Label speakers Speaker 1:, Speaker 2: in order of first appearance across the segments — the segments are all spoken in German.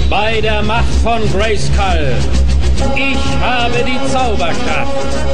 Speaker 1: Bei der Macht von Grayskull. Ich habe die Zauberkraft.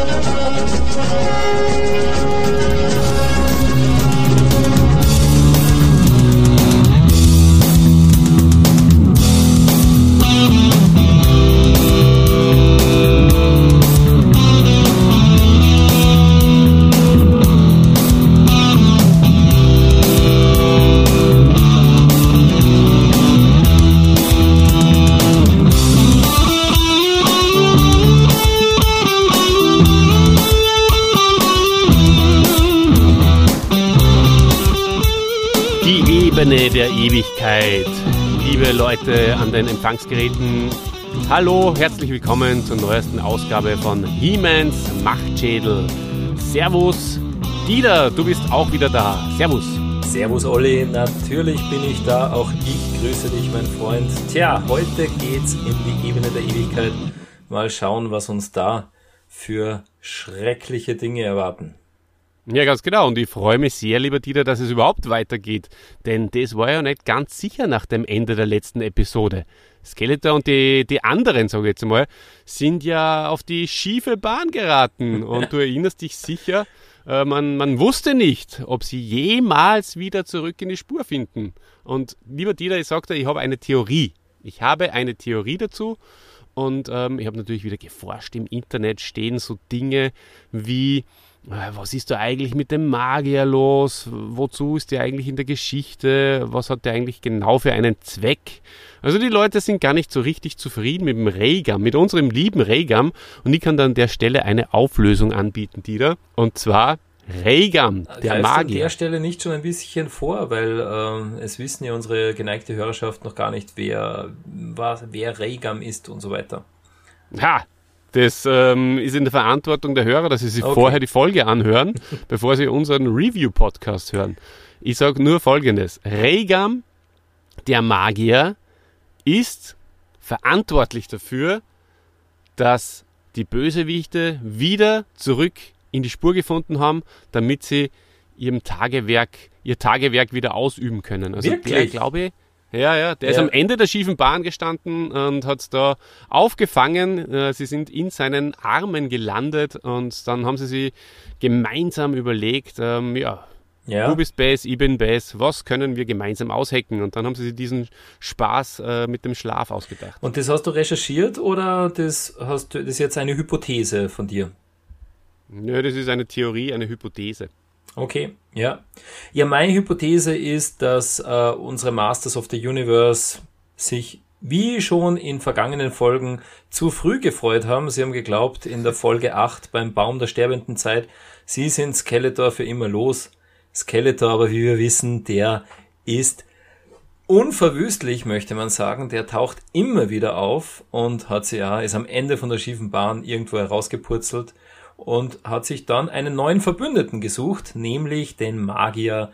Speaker 2: Ebene der Ewigkeit. Liebe Leute an den Empfangsgeräten, hallo, herzlich willkommen zur neuesten Ausgabe von He-Mans Machtschädel. Servus, Dieter, du bist auch wieder da. Servus.
Speaker 3: Servus Olli, natürlich bin ich da, auch ich grüße dich, mein Freund. Tja, heute geht's in die Ebene der Ewigkeit. Mal schauen, was uns da für schreckliche Dinge erwarten.
Speaker 2: Ja, ganz genau. Und ich freue mich sehr, lieber Dieter, dass es überhaupt weitergeht. Denn das war ja nicht ganz sicher nach dem Ende der letzten Episode. Skeletor und die anderen, sage ich jetzt mal, sind ja auf die schiefe Bahn geraten. Und du erinnerst dich sicher, man wusste nicht, ob sie jemals wieder zurück in die Spur finden. Und lieber Dieter, ich sage dir, ich habe eine Theorie. Ich habe eine Theorie dazu. Und ich habe natürlich wieder geforscht. Im Internet stehen so Dinge wie: Was ist da eigentlich mit dem Magier los? Wozu ist der eigentlich in der Geschichte? Was hat der eigentlich genau für einen Zweck? Also die Leute sind gar nicht so richtig zufrieden mit dem Raygam, mit unserem lieben Raygam. Und ich kann dann an der Stelle eine Auflösung anbieten, Dieter. Und zwar Raygam, der Magier.
Speaker 3: An der Stelle nicht schon ein bisschen vor, weil es wissen ja unsere geneigte Hörerschaft noch gar nicht, wer Raygam ist und so weiter.
Speaker 2: Ha! Das ist in der Verantwortung der Hörer, dass sie sich vorher die Folge anhören, bevor sie unseren Review-Podcast hören. Ich sage nur Folgendes: Raygam, der Magier, ist verantwortlich dafür, dass die Bösewichte wieder zurück in die Spur gefunden haben, damit sie ihr Tagewerk wieder ausüben können. Also
Speaker 3: wirklich?
Speaker 2: Der, glaube ich, der ist am Ende der schiefen Bahn gestanden und hat es da aufgefangen. Sie sind in seinen Armen gelandet und dann haben sie sich gemeinsam überlegt, du bist Bass, ich bin Bass, was können wir gemeinsam aushacken? Und dann haben sie sich diesen Spaß mit dem Schlaf ausgedacht.
Speaker 3: Und das hast du recherchiert oder das ist jetzt eine Hypothese von dir?
Speaker 2: Nö, das ist eine Theorie, eine Hypothese.
Speaker 3: Okay, ja. Ja, meine Hypothese ist, dass unsere Masters of the Universe sich wie schon in vergangenen Folgen zu früh gefreut haben. Sie haben geglaubt, in der Folge 8 beim Baum der sterbenden Zeit, sie sind Skeletor für immer los. Skeletor aber, wie wir wissen, der ist unverwüstlich, möchte man sagen. Der taucht immer wieder auf und ist am Ende von der schiefen Bahn irgendwo herausgepurzelt und hat sich dann einen neuen Verbündeten gesucht, nämlich den Magier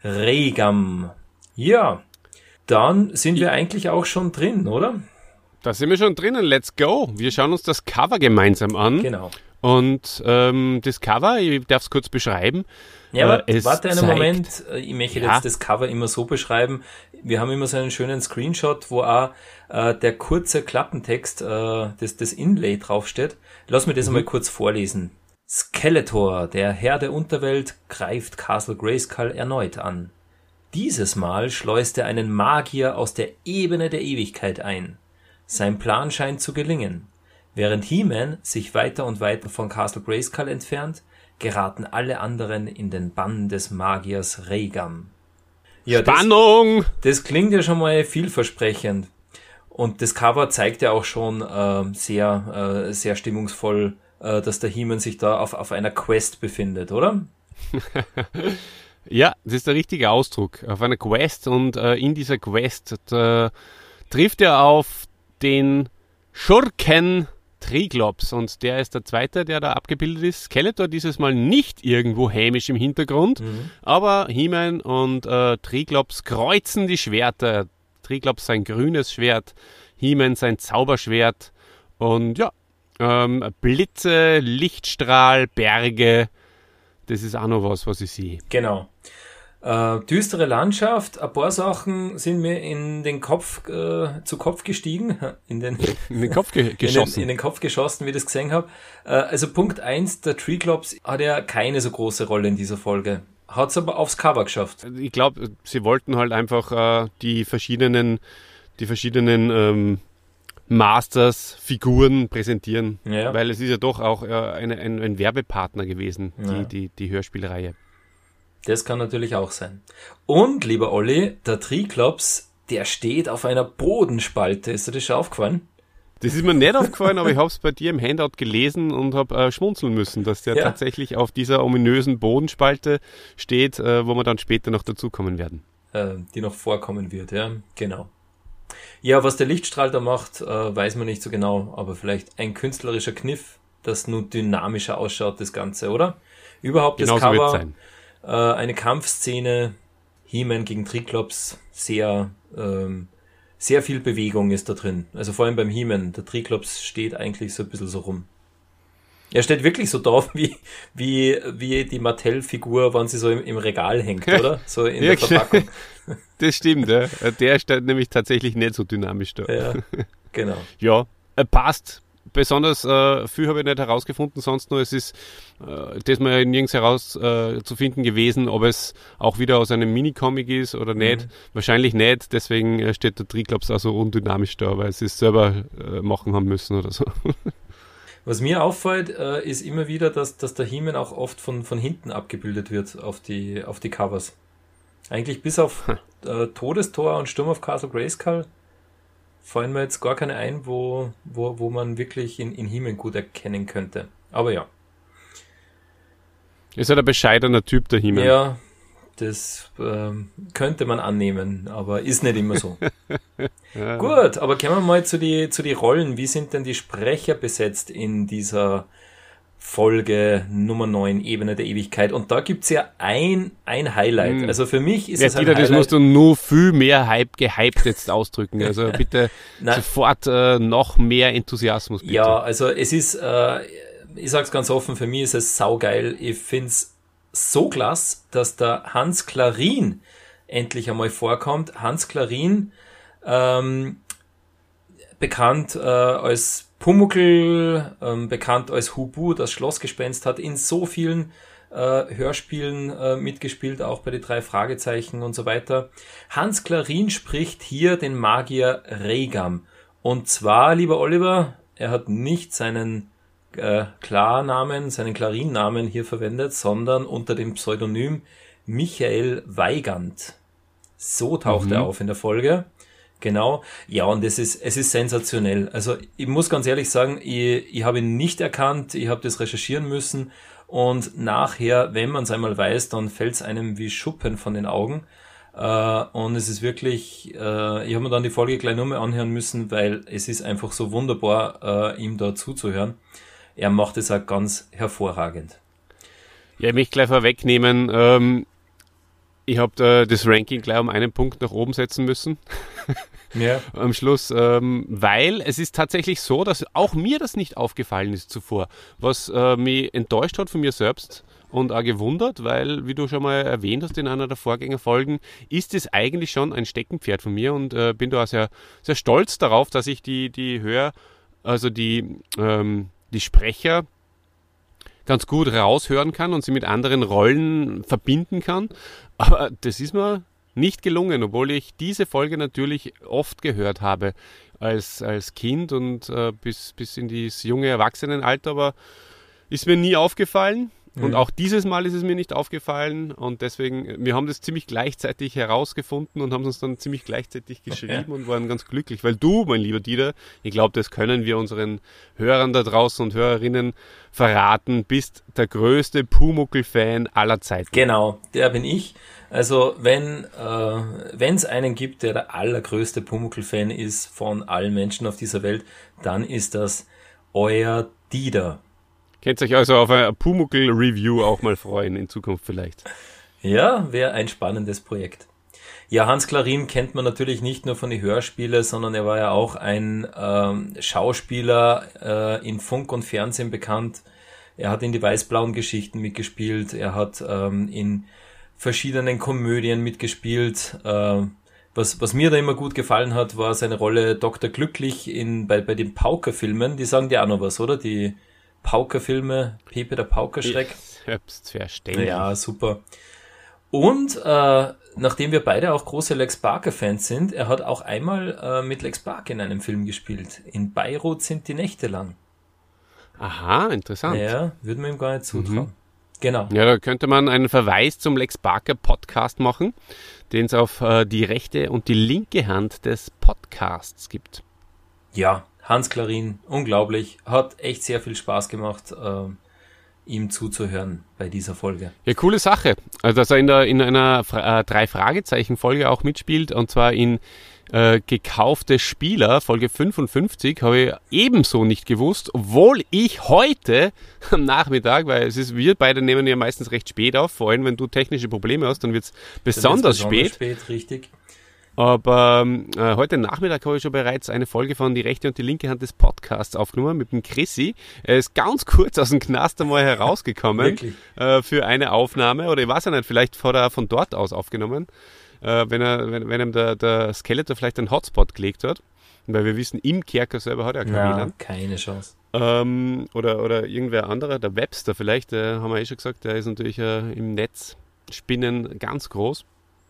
Speaker 3: Raygam. Ja, dann sind wir eigentlich auch schon drin, oder?
Speaker 2: Da sind wir schon drinnen, let's go. Wir schauen uns das Cover gemeinsam an.
Speaker 3: Genau.
Speaker 2: Und das Cover, ich darf es kurz beschreiben.
Speaker 3: Ja, aber warte einen Moment, ich möchte jetzt das Cover immer so beschreiben. Wir haben immer so einen schönen Screenshot, wo auch der kurze Klappentext, das Inlay draufsteht. Lass mir das einmal kurz vorlesen. Skeletor, der Herr der Unterwelt, greift Castle Grayskull erneut an. Dieses Mal schleust er einen Magier aus der Ebene der Ewigkeit ein. Sein Plan scheint zu gelingen. Während He-Man sich weiter und weiter von Castle Grayskull entfernt, geraten alle anderen in den Bann des Magiers Raygam. Ja,
Speaker 2: Spannung!
Speaker 3: Das klingt ja schon mal vielversprechend. Und das Cover zeigt ja auch schon sehr stimmungsvoll, dass der He-Man sich da auf einer Quest befindet, oder?
Speaker 2: Ja, das ist der richtige Ausdruck. Auf einer Quest, und in dieser Quest trifft er auf den Schurken Triglops, und der ist der zweite, der da abgebildet ist. Skeletor dieses Mal nicht irgendwo hämisch im Hintergrund, aber He-Man und Triglops kreuzen die Schwerter. Triglops sein grünes Schwert, He-Man sein Zauberschwert, und ja, Blitze, Lichtstrahl, Berge, das ist auch noch was ich sehe.
Speaker 3: Genau. Düstere Landschaft, ein paar Sachen sind mir in den Kopf, zu Kopf gestiegen, in den
Speaker 2: Kopf geschossen.
Speaker 3: In den Kopf geschossen, wie ich das gesehen habe. Also Punkt 1, der Triclops hat ja keine so große Rolle in dieser Folge. Hat es aber aufs Cover geschafft.
Speaker 2: Ich glaube, sie wollten halt einfach die verschiedenen Masters-Figuren präsentieren, weil es ist ja doch auch ein Werbepartner gewesen, die Hörspielreihe.
Speaker 3: Das kann natürlich auch sein. Und, lieber Olli, der Triclops, der steht auf einer Bodenspalte. Ist dir das schon aufgefallen?
Speaker 2: Das ist mir nicht aufgefallen, aber ich habe es bei dir im Handout gelesen und habe schmunzeln müssen, dass der tatsächlich auf dieser ominösen Bodenspalte steht, wo wir dann später noch dazukommen werden.
Speaker 3: Die noch vorkommen wird, ja, genau. Ja, was der Lichtstrahl da macht, weiß man nicht so genau, aber vielleicht ein künstlerischer Kniff, dass nun dynamischer ausschaut, das Ganze, oder? Überhaupt genau das Cover, so wird's sein. Eine Kampfszene, He-Man gegen Triclops, sehr viel Bewegung ist da drin. Also vor allem beim He-Man, der Triclops steht eigentlich so ein bisschen so rum. Er steht wirklich so da, wie die Mattel-Figur, wenn sie so im Regal hängt, oder? So in der Verpackung.
Speaker 2: Das stimmt, ja. Der steht nämlich tatsächlich nicht so dynamisch da.
Speaker 3: Ja, genau.
Speaker 2: Ja, passt. Besonders viel habe ich nicht herausgefunden, sonst nur, es ist das mal nirgends herauszufinden gewesen, ob es auch wieder aus einem Minicomic ist oder nicht. Wahrscheinlich nicht, deswegen steht der Triclops auch so undynamisch da, weil sie es selber machen haben müssen oder so.
Speaker 3: Was mir auffällt, ist immer wieder, dass der He-Man auch oft von hinten abgebildet wird auf die Covers. Eigentlich bis auf Todestor und Sturm auf Castle Grayskull fallen mir jetzt gar keine ein, wo man wirklich in He-Man gut erkennen könnte. Aber ja.
Speaker 2: Ist halt ein bescheidener Typ, der He-Man.
Speaker 3: Ja, das könnte man annehmen, aber ist nicht immer so. Ja. Gut, aber kommen wir mal zu die Rollen. Wie sind denn die Sprecher besetzt in dieser Folge Nummer 9, Ebene der Ewigkeit? Und da gibt's ja ein Highlight. Also für mich ist es ein Highlight.
Speaker 2: Das musst du nur viel mehr gehypt jetzt ausdrücken. Also bitte sofort noch mehr Enthusiasmus. Bitte.
Speaker 3: Ja, also es ist, ich sag's ganz offen, für mich ist es saugeil. Ich find's so klasse, dass der Hans Klarin endlich einmal vorkommt. Hans Klarin, bekannt als Pumuckl, bekannt als Hubu, das Schlossgespenst, hat in so vielen Hörspielen mitgespielt, auch bei die 3 Fragezeichen und so weiter. Hans Klarin spricht hier den Magier Regam. Und zwar, lieber Oliver, er hat nicht seinen Klarnamen, seinen Klarin-Namen hier verwendet, sondern unter dem Pseudonym Michael Weigand. So taucht er auf in der Folge. Genau. Ja, und es ist sensationell. Also ich muss ganz ehrlich sagen, ich habe ihn nicht erkannt, ich habe das recherchieren müssen und nachher, wenn man es einmal weiß, dann fällt es einem wie Schuppen von den Augen. Und es ist wirklich, ich habe mir dann die Folge gleich nur mal anhören müssen, weil es ist einfach so wunderbar, ihm da zuzuhören. Er macht es auch ganz hervorragend.
Speaker 2: Ja, ich möchte gleich vorwegnehmen, ich habe das Ranking gleich um einen Punkt nach oben setzen müssen. Ja. Am Schluss, weil es ist tatsächlich so, dass auch mir das nicht aufgefallen ist zuvor, was mich enttäuscht hat von mir selbst und auch gewundert, weil, wie du schon mal erwähnt hast in einer der Vorgängerfolgen, ist es eigentlich schon ein Steckenpferd von mir und bin da auch sehr, sehr stolz darauf, dass ich die Sprecher ganz gut raushören kann und sie mit anderen Rollen verbinden kann. Aber das ist mir nicht gelungen, obwohl ich diese Folge natürlich oft gehört habe als Kind und bis in das junge Erwachsenenalter, aber ist mir nie aufgefallen. Und auch dieses Mal ist es mir nicht aufgefallen und deswegen, wir haben das ziemlich gleichzeitig herausgefunden und haben uns dann ziemlich gleichzeitig geschrieben und waren ganz glücklich, weil du, mein lieber Dieter, ich glaube, das können wir unseren Hörern da draußen und Hörerinnen verraten, bist der größte Pumuckl-Fan aller Zeiten.
Speaker 3: Genau, der bin ich. Also wenn es einen gibt, der allergrößte Pumuckl-Fan ist von allen Menschen auf dieser Welt, dann ist das euer Dieter.
Speaker 2: Könnt ihr euch also auf ein Pumuckl-Review auch mal freuen, in Zukunft vielleicht.
Speaker 3: Ja, wäre ein spannendes Projekt. Ja, Hans Klarin kennt man natürlich nicht nur von den Hörspielen, sondern er war ja auch ein Schauspieler in Funk und Fernsehen bekannt. Er hat in die weiß-blauen Geschichten mitgespielt, er hat in verschiedenen Komödien mitgespielt. Was mir da immer gut gefallen hat, war seine Rolle Dr. Glücklich bei den Pauker-Filmen. Die sagen dir auch noch was, oder? Die Pauker-Filme, Pepe der Paukerschreck.
Speaker 2: Selbstverständlich.
Speaker 3: Ja, super. Und nachdem wir beide auch große Lex Barker-Fans sind, er hat auch einmal mit Lex Barker in einem Film gespielt. In Beirut sind die Nächte lang.
Speaker 2: Aha, interessant.
Speaker 3: Ja, würde man ihm gar nicht zutrauen. Genau.
Speaker 2: Ja, da könnte man einen Verweis zum Lex Barker Podcast machen, den es auf die rechte und die linke Hand des Podcasts gibt.
Speaker 3: Ja, Hans Klarin, unglaublich. Hat echt sehr viel Spaß gemacht, ihm zuzuhören bei dieser Folge.
Speaker 2: Ja, coole Sache. Also, dass er in einer 3-Fragezeichen-Folge auch mitspielt, und zwar in gekaufte Spieler, Folge 55, habe ich ebenso nicht gewusst, obwohl ich heute am Nachmittag, weil wir beide nehmen ja meistens recht spät auf, vor allem wenn du technische Probleme hast, dann wird es besonders spät.
Speaker 3: Richtig.
Speaker 2: Aber heute Nachmittag habe ich schon bereits eine Folge von Die rechte und die linke Hand des Podcasts aufgenommen mit dem Chrissy. Er ist ganz kurz aus dem Knast einmal herausgekommen für eine Aufnahme, oder ich weiß ja nicht, vielleicht von dort aus aufgenommen. Wenn ihm der Skeletor vielleicht einen Hotspot gelegt hat, weil wir wissen, im Kerker selber hat er kein WLAN.
Speaker 3: Keine Chance.
Speaker 2: Oder irgendwer anderer, der Webster vielleicht, haben wir schon gesagt, der ist natürlich im Netz Spinnen ganz groß.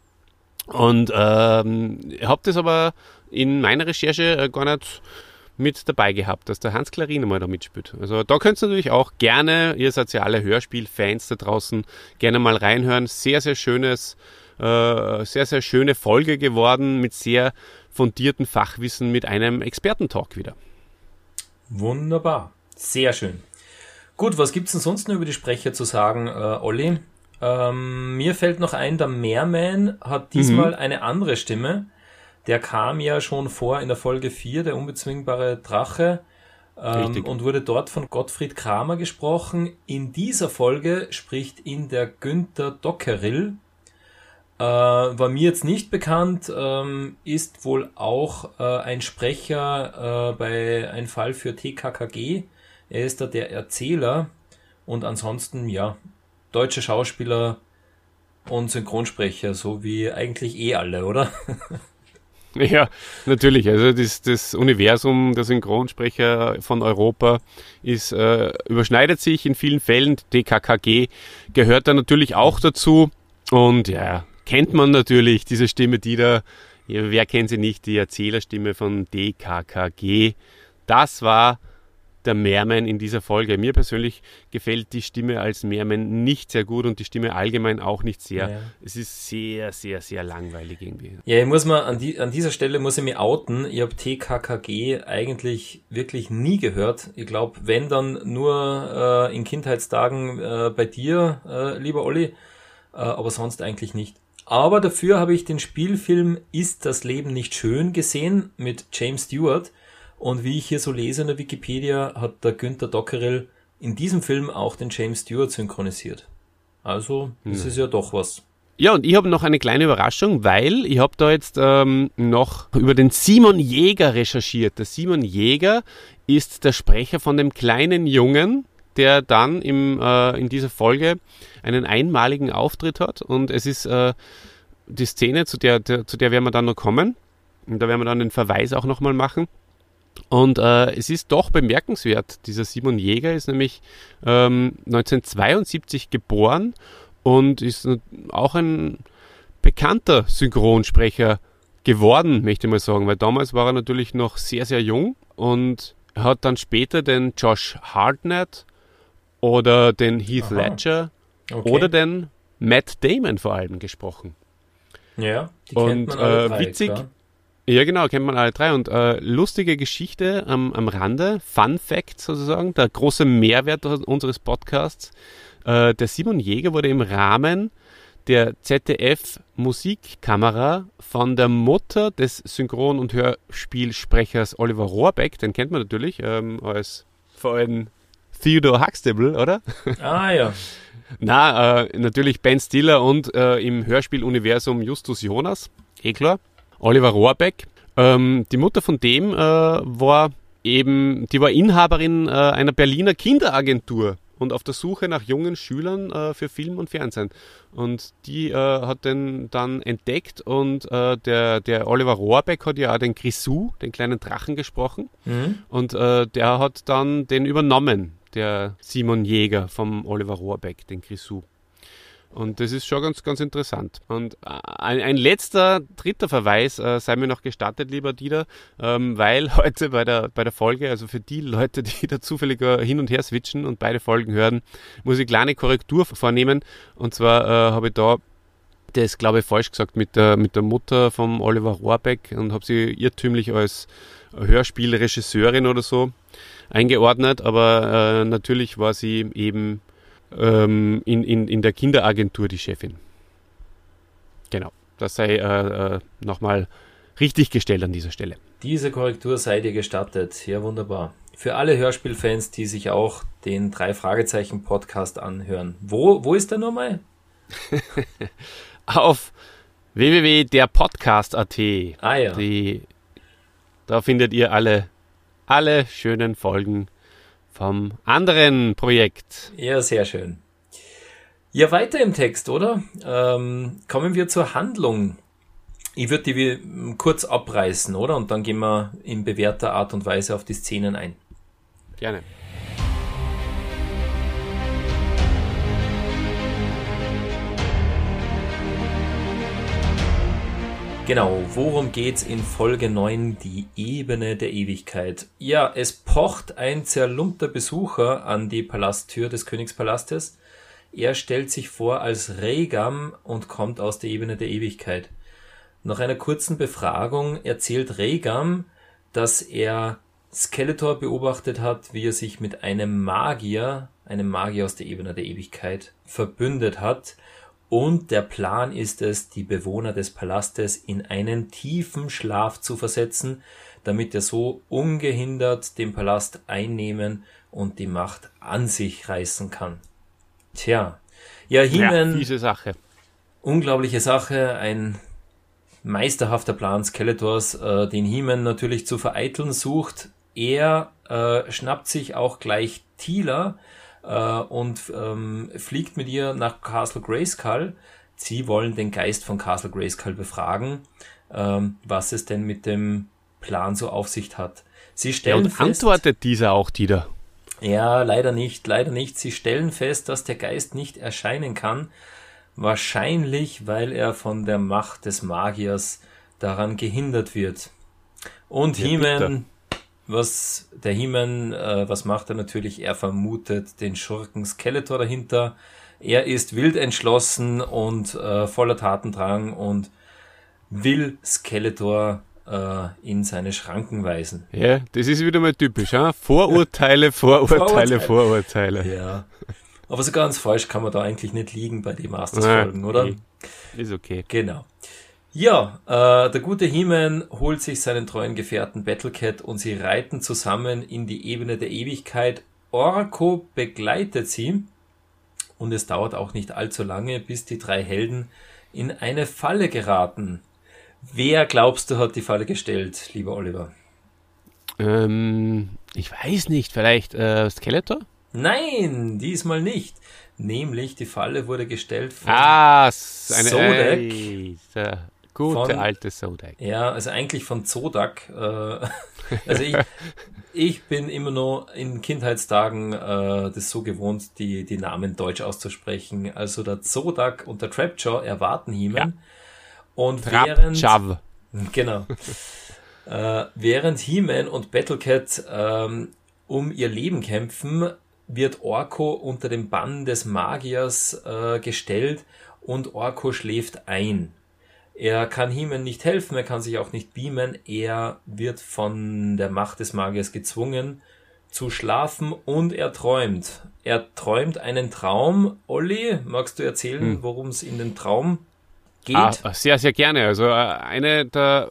Speaker 2: Und ich habe das aber in meiner Recherche gar nicht mit dabei gehabt, dass der Hans Klarin mal da mitspielt. Also da könnt ihr natürlich auch gerne, ihr seid ja alle Hörspiel-Fans da draußen, gerne mal reinhören. Sehr, sehr schönes sehr, sehr schöne Folge geworden mit sehr fundiertem Fachwissen, mit einem Expertentalk wieder.
Speaker 3: Wunderbar. Sehr schön. Gut, was gibt es denn sonst noch über die Sprecher zu sagen, Olli? Mir fällt noch ein, der Merman hat diesmal eine andere Stimme. Der kam ja schon vor in der Folge 4, der unbezwingbare Drache, und wurde dort von Gottfried Kramer gesprochen. In dieser Folge spricht ihn der Günther Dockerill. War mir jetzt nicht bekannt, ist wohl auch ein Sprecher bei Ein Fall für TKKG. Er ist da der Erzähler und ansonsten, ja, deutsche Schauspieler und Synchronsprecher, so wie eigentlich alle, oder?
Speaker 2: Ja, natürlich. Also das Universum der Synchronsprecher von Europa überschneidet sich in vielen Fällen. TKKG gehört da natürlich auch dazu und ja, kennt man natürlich diese Stimme, wer kennt sie nicht, die Erzählerstimme von DKKG. Das war der Merman in dieser Folge. Mir persönlich gefällt die Stimme als Merman nicht sehr gut und die Stimme allgemein auch nicht sehr. Ja. Es ist sehr, sehr, sehr langweilig irgendwie.
Speaker 3: Ja, ich muss mal an dieser Stelle muss ich mich outen. Ich habe TKKG eigentlich wirklich nie gehört. Ich glaube, wenn dann nur in Kindheitstagen bei dir, lieber Olli, aber sonst eigentlich nicht. Aber dafür habe ich den Spielfilm Ist das Leben nicht schön gesehen mit James Stewart. Und wie ich hier so lese in der Wikipedia, hat der Günther Dockerill in diesem Film auch den James Stewart synchronisiert. Also, das ist ja doch was.
Speaker 2: Ja, und ich habe noch eine kleine Überraschung, weil ich habe da jetzt noch über den Simon Jäger recherchiert. Der Simon Jäger ist der Sprecher von dem kleinen Jungen, der dann in dieser Folge einen einmaligen Auftritt hat. Und es ist die Szene, zu der werden wir dann noch kommen. Und da werden wir dann den Verweis auch nochmal machen. Und es ist doch bemerkenswert, dieser Simon Jäger ist nämlich 1972 geboren und ist auch ein bekannter Synchronsprecher geworden, möchte ich mal sagen, weil damals war er natürlich noch sehr, sehr jung und er hat dann später den Josh Hartnett oder den Heath Ledger oder den Matt Damon vor allem gesprochen.
Speaker 3: Ja, die kennt man alle drei,
Speaker 2: witzig.
Speaker 3: Klar.
Speaker 2: Ja, genau, kennt man alle drei. Und lustige Geschichte am Rande, Fun Fact sozusagen, der große Mehrwert unseres Podcasts. Der Simon Jäger wurde im Rahmen der ZDF-Musikkamera von der Mutter des Synchron- und Hörspielsprechers Oliver Rohrbeck, den kennt man natürlich als vor allem Theodore Huxtable, oder?
Speaker 3: Ah ja.
Speaker 2: Natürlich Ben Stiller und im Hörspieluniversum Justus Jonas, klar. Oliver Rohrbeck. Die Mutter von dem war Inhaberin einer Berliner Kinderagentur. und auf der Suche nach jungen Schülern für Film und Fernsehen. Und die hat den dann entdeckt und der Oliver Rohrbeck hat ja auch den Grisou, den kleinen Drachen, gesprochen. Und der hat dann den übernommen, der Simon Jäger vom Oliver Rohrbeck, den Grisou. Und das ist schon ganz, ganz interessant. Und ein dritter Verweis sei mir noch gestattet, lieber Dieter, weil heute bei der Folge, also für die Leute, die da zufällig hin und her switchen und beide Folgen hören, muss ich eine kleine Korrektur vornehmen. Und zwar habe ich da das, glaube ich, falsch gesagt mit der Mutter vom Oliver Rohrbeck und habe sie irrtümlich als Hörspielregisseurin oder so eingeordnet, aber natürlich war sie eben in der Kinderagentur die Chefin. Genau, das sei nochmal richtig gestellt an dieser Stelle.
Speaker 3: Diese Korrektur sei dir gestattet. Ja, wunderbar. Für alle Hörspielfans, die sich auch den 3-Fragezeichen-Podcast anhören. Wo ist der nochmal?
Speaker 2: Auf www.derpodcast.at.
Speaker 3: Ah ja.
Speaker 2: Da findet ihr alle schönen Folgen vom anderen Projekt.
Speaker 3: Ja, sehr schön. Ja, weiter im Text, oder? Kommen wir zur Handlung. Ich würde die kurz abreißen, oder? Und dann gehen wir in bewährter Art und Weise auf die Szenen ein.
Speaker 2: Gerne.
Speaker 3: Genau, worum geht's in Folge 9, die Ebene der Ewigkeit? Ja, es pocht ein zerlumpter Besucher an die Palasttür des Königspalastes. Er stellt sich vor als Regam und kommt aus der Ebene der Ewigkeit. Nach einer kurzen Befragung erzählt Regam, dass er Skeletor beobachtet hat, wie er sich mit einem Magier aus der Ebene der Ewigkeit, verbündet hat. Und der Plan ist es, die Bewohner des Palastes in einen tiefen Schlaf zu versetzen, damit er so ungehindert den Palast einnehmen und die Macht an sich reißen kann. Tja, ja, He-Man,
Speaker 2: diese Sache.
Speaker 3: Unglaubliche Sache, ein meisterhafter Plan Skeletors, den He-Man natürlich zu vereiteln sucht. Er schnappt sich auch gleich Teela, und fliegt mit ihr nach Castle Grayskull. Sie wollen den Geist von Castle Grayskull befragen, was es denn mit dem Plan so auf sich hat. Sie stellen
Speaker 2: und fest, antwortet dieser auch, Dieter?
Speaker 3: Ja, leider nicht. Sie stellen fest, dass der Geist nicht erscheinen kann. Wahrscheinlich, weil er von der Macht des Magiers daran gehindert wird. Und He-Man... Was macht er natürlich? Er vermutet den Schurken Skeletor dahinter. Er ist wild entschlossen und voller Tatendrang und will Skeletor in seine Schranken weisen.
Speaker 2: Ja, das ist wieder mal typisch. Hein? Vorurteile.
Speaker 3: Ja, aber so ganz falsch kann man da eigentlich nicht liegen bei den Masters-Folgen, oder?
Speaker 2: Ist okay.
Speaker 3: Genau. Ja, der gute He-Man holt sich seinen treuen Gefährten Battlecat und sie reiten zusammen in die Ebene der Ewigkeit. Orko begleitet sie und es dauert auch nicht allzu lange, bis die drei Helden in eine Falle geraten. Wer, glaubst du, hat die Falle gestellt, lieber Oliver?
Speaker 2: Ich weiß nicht, vielleicht Skeletor?
Speaker 3: Nein, diesmal nicht. Nämlich die Falle wurde gestellt von
Speaker 2: Zodak. Gute alte Zodak.
Speaker 3: Ja, also eigentlich von Zodak. Also ich bin immer noch in Kindheitstagen das so gewohnt, die Namen deutsch auszusprechen. Also der Zodak und der Trapjaw erwarten He-Man. Ja. Und während He-Man und Battlecat um ihr Leben kämpfen, wird Orko unter dem Bann des Magiers gestellt und Orko schläft ein. Er kann He-Man nicht helfen, er kann sich auch nicht beamen, er wird von der Macht des Magiers gezwungen zu schlafen und er träumt. Er träumt einen Traum. Olli, magst du erzählen, worum es in den Traum geht?
Speaker 2: Sehr, sehr gerne. Also eine der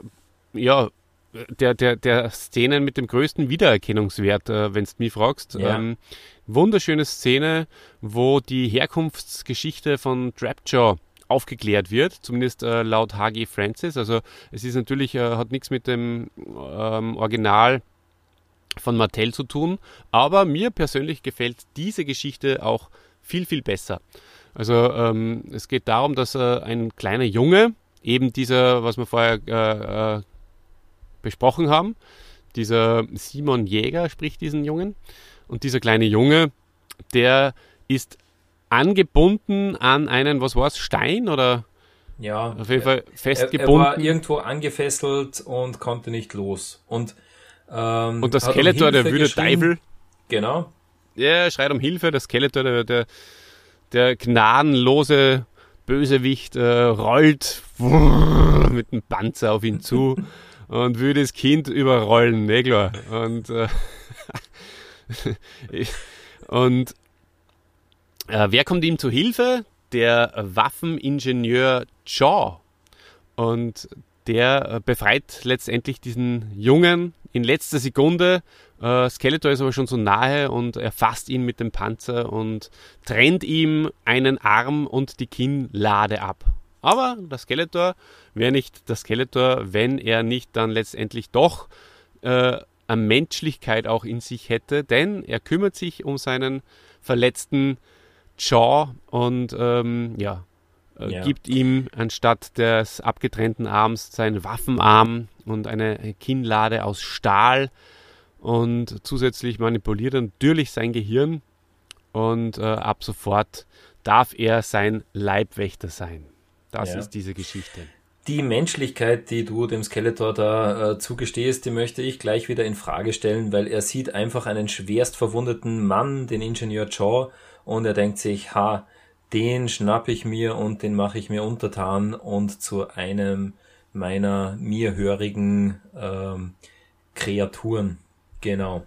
Speaker 2: Szenen mit dem größten Wiedererkennungswert, wenn du mich fragst.
Speaker 3: Ja.
Speaker 2: Wunderschöne Szene, wo die Herkunftsgeschichte von Trapjaw aufgeklärt wird, zumindest laut H.G. Francis. Also es ist natürlich, hat nichts mit dem Original von Mattel zu tun, aber mir persönlich gefällt diese Geschichte auch viel, viel besser. Also es geht darum, dass ein kleiner Junge, eben dieser, was wir vorher besprochen haben, dieser Simon Jäger spricht diesen Jungen, und dieser kleine Junge, der ist angebunden an einen, was war es, Stein oder?
Speaker 3: Ja,
Speaker 2: auf jeden Fall festgebunden.
Speaker 3: Er war irgendwo angefesselt und konnte nicht los. Und
Speaker 2: der Skeletor, der wüde Teufel.
Speaker 3: Genau.
Speaker 2: Ja, er schreit um Hilfe. Der Skeletor, der gnadenlose Bösewicht, rollt mit dem Panzer auf ihn zu und will das Kind überrollen, ne klar. Und wer kommt ihm zu Hilfe? Der Waffeningenieur Jaw. Und der befreit letztendlich diesen Jungen in letzter Sekunde. Skeletor ist aber schon so nahe und er fasst ihn mit dem Panzer und trennt ihm einen Arm und die Kinnlade ab. Aber der Skeletor wäre nicht der Skeletor, wenn er nicht dann letztendlich doch eine Menschlichkeit auch in sich hätte, denn er kümmert sich um seinen verletzten Jaw und gibt ihm anstatt des abgetrennten Arms seinen Waffenarm und eine Kinnlade aus Stahl und zusätzlich manipuliert er natürlich sein Gehirn und ab sofort darf er sein Leibwächter sein. Das ist diese Geschichte.
Speaker 3: Die Menschlichkeit, die du dem Skeletor da zugestehst, die möchte ich gleich wieder in Frage stellen, weil er sieht einfach einen schwerst verwundeten Mann, den Ingenieur Jaw, und er denkt sich, den schnappe ich mir und den mache ich mir untertan und zu einem meiner mir hörigen Kreaturen. Genau,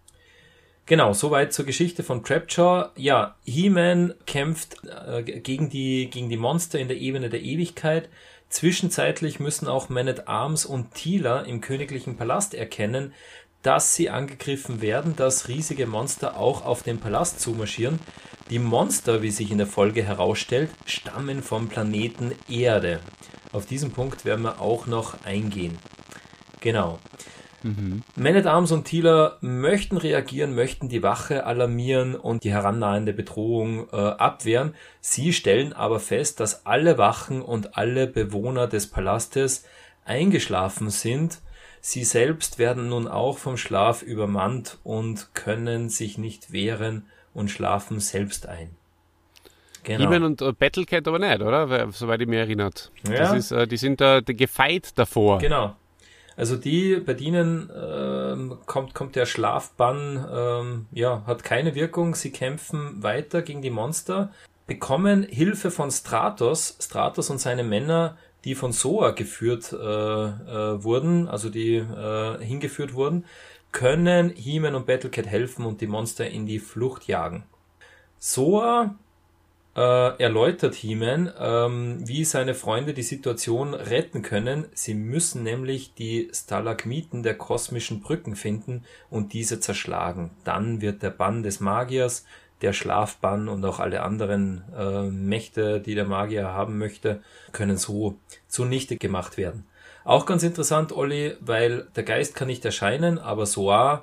Speaker 3: soweit zur Geschichte von Trapjaw. Ja, He-Man kämpft gegen die Monster in der Ebene der Ewigkeit. Zwischenzeitlich müssen auch Man-at-Arms und Teela im königlichen Palast erkennen, dass sie angegriffen werden, dass riesige Monster auch auf den Palast zumarschieren. Die Monster, wie sich in der Folge herausstellt, stammen vom Planeten Erde. Auf diesen Punkt werden wir auch noch eingehen. Genau. Man-at-Arms und Teela möchten reagieren, möchten die Wache alarmieren und die herannahende Bedrohung abwehren. Sie stellen aber fest, dass alle Wachen und alle Bewohner des Palastes eingeschlafen sind. Sie selbst werden nun auch vom Schlaf übermannt und können sich nicht wehren und schlafen selbst ein. Genau.
Speaker 2: He-Man und Battlecat aber nicht, oder? Soweit ich mich erinnert.
Speaker 3: Ja.
Speaker 2: Die sind da gefeit davor.
Speaker 3: Genau. Also bei denen kommt der Schlafbann, hat keine Wirkung. Sie kämpfen weiter gegen die Monster, bekommen Hilfe von Stratos und seine Männer, die von Soa geführt wurden, also die hingeführt wurden, können He-Man und Battlecat helfen und die Monster in die Flucht jagen. Soa erläutert He-Man, wie seine Freunde die Situation retten können. Sie müssen nämlich die Stalagmiten der kosmischen Brücken finden und diese zerschlagen. Dann wird der Bann des Magiers, der Schlafbann und auch alle anderen Mächte, die der Magier haben möchte, können so zunichte gemacht werden. Auch ganz interessant, Olli, weil der Geist kann nicht erscheinen, aber Soa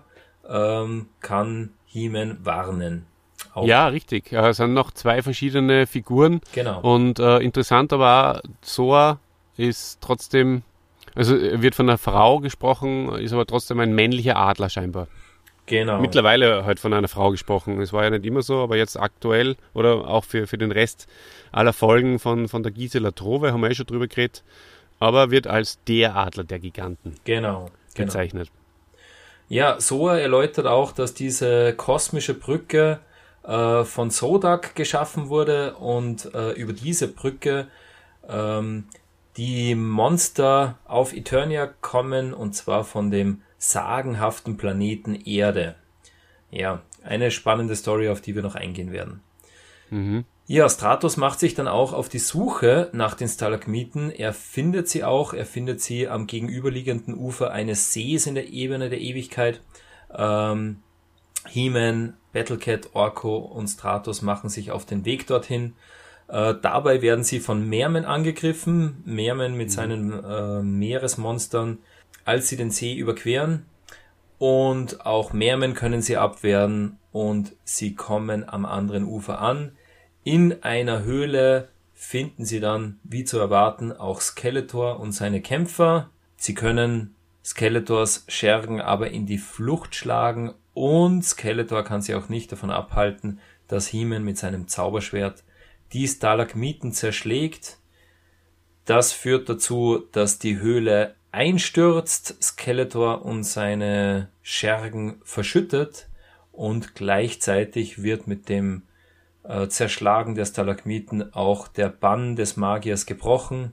Speaker 3: kann He-Man warnen. Auch.
Speaker 2: Ja, richtig. Es sind noch zwei verschiedene Figuren.
Speaker 3: Genau.
Speaker 2: Und interessant aber auch, Soa ist trotzdem, also wird von einer Frau gesprochen, ist aber trotzdem ein männlicher Adler scheinbar.
Speaker 3: Genau.
Speaker 2: Mittlerweile halt von einer Frau gesprochen. Es war ja nicht immer so, aber jetzt aktuell oder auch für den Rest aller Folgen von der Gisela Trove, haben wir schon drüber geredet, aber wird als der Adler der Giganten bezeichnet.
Speaker 3: Ja, Soa erläutert auch, dass diese kosmische Brücke von Sodak geschaffen wurde und über diese Brücke die Monster auf Eternia kommen, und zwar von dem sagenhaften Planeten Erde. Ja, eine spannende Story, auf die wir noch eingehen werden. Ja, Stratos macht sich dann auch auf die Suche nach den Stalagmiten. Er findet sie am gegenüberliegenden Ufer eines Sees in der Ebene der Ewigkeit. He-Man, Battlecat, Orko und Stratos machen sich auf den Weg dorthin. Dabei werden sie von Merman angegriffen, Merman mit seinen Meeresmonstern, als sie den See überqueren. und auch Meermen können sie abwehren und sie kommen am anderen Ufer an. In einer Höhle finden sie dann, wie zu erwarten, auch Skeletor und seine Kämpfer. Sie können Skeletors Schergen aber in die Flucht schlagen und Skeletor kann sie auch nicht davon abhalten, dass He-Man mit seinem Zauberschwert die Stalagmiten zerschlägt. Das führt dazu, dass die Höhle einstürzt, Skeletor und seine Schergen verschüttet und gleichzeitig wird mit dem Zerschlagen der Stalagmiten auch der Bann des Magiers gebrochen.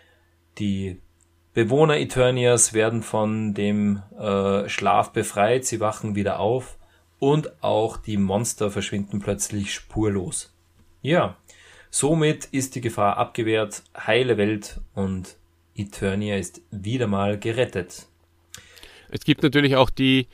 Speaker 3: Die Bewohner Eternias werden von dem Schlaf befreit, sie wachen wieder auf und auch die Monster verschwinden plötzlich spurlos. Ja, somit ist die Gefahr abgewehrt, heile Welt und Eternia ist wieder mal gerettet.
Speaker 2: Es gibt natürlich auch die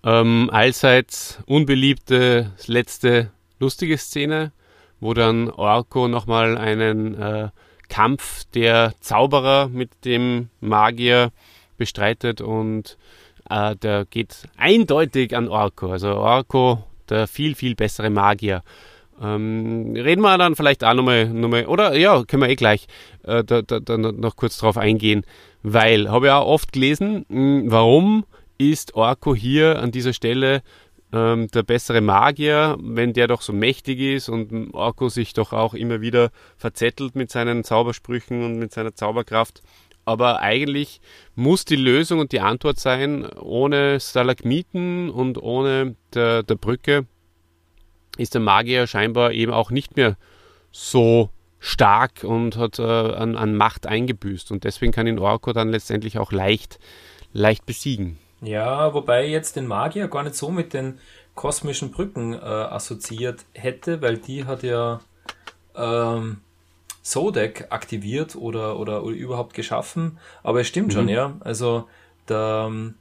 Speaker 2: allseits unbeliebte letzte lustige Szene, wo dann Orko nochmal einen Kampf der Zauberer mit dem Magier bestreitet und der geht eindeutig an Orko. Also Orko, der viel, viel bessere Magier. Reden wir dann vielleicht auch nochmal, oder ja, können wir gleich da noch kurz drauf eingehen, weil, habe ich auch oft gelesen, warum ist Orko hier an dieser Stelle der bessere Magier, wenn der doch so mächtig ist und Orko sich doch auch immer wieder verzettelt mit seinen Zaubersprüchen und mit seiner Zauberkraft. Aber eigentlich muss die Lösung und die Antwort sein, ohne Stalagmiten und ohne der Brücke ist der Magier scheinbar eben auch nicht mehr so stark und hat an Macht eingebüßt. Und deswegen kann ihn Orko dann letztendlich auch leicht besiegen.
Speaker 3: Ja, wobei jetzt den Magier gar nicht so mit den kosmischen Brücken assoziiert hätte, weil die hat ja Sodek aktiviert oder überhaupt geschaffen. Aber es stimmt schon, ja. Also der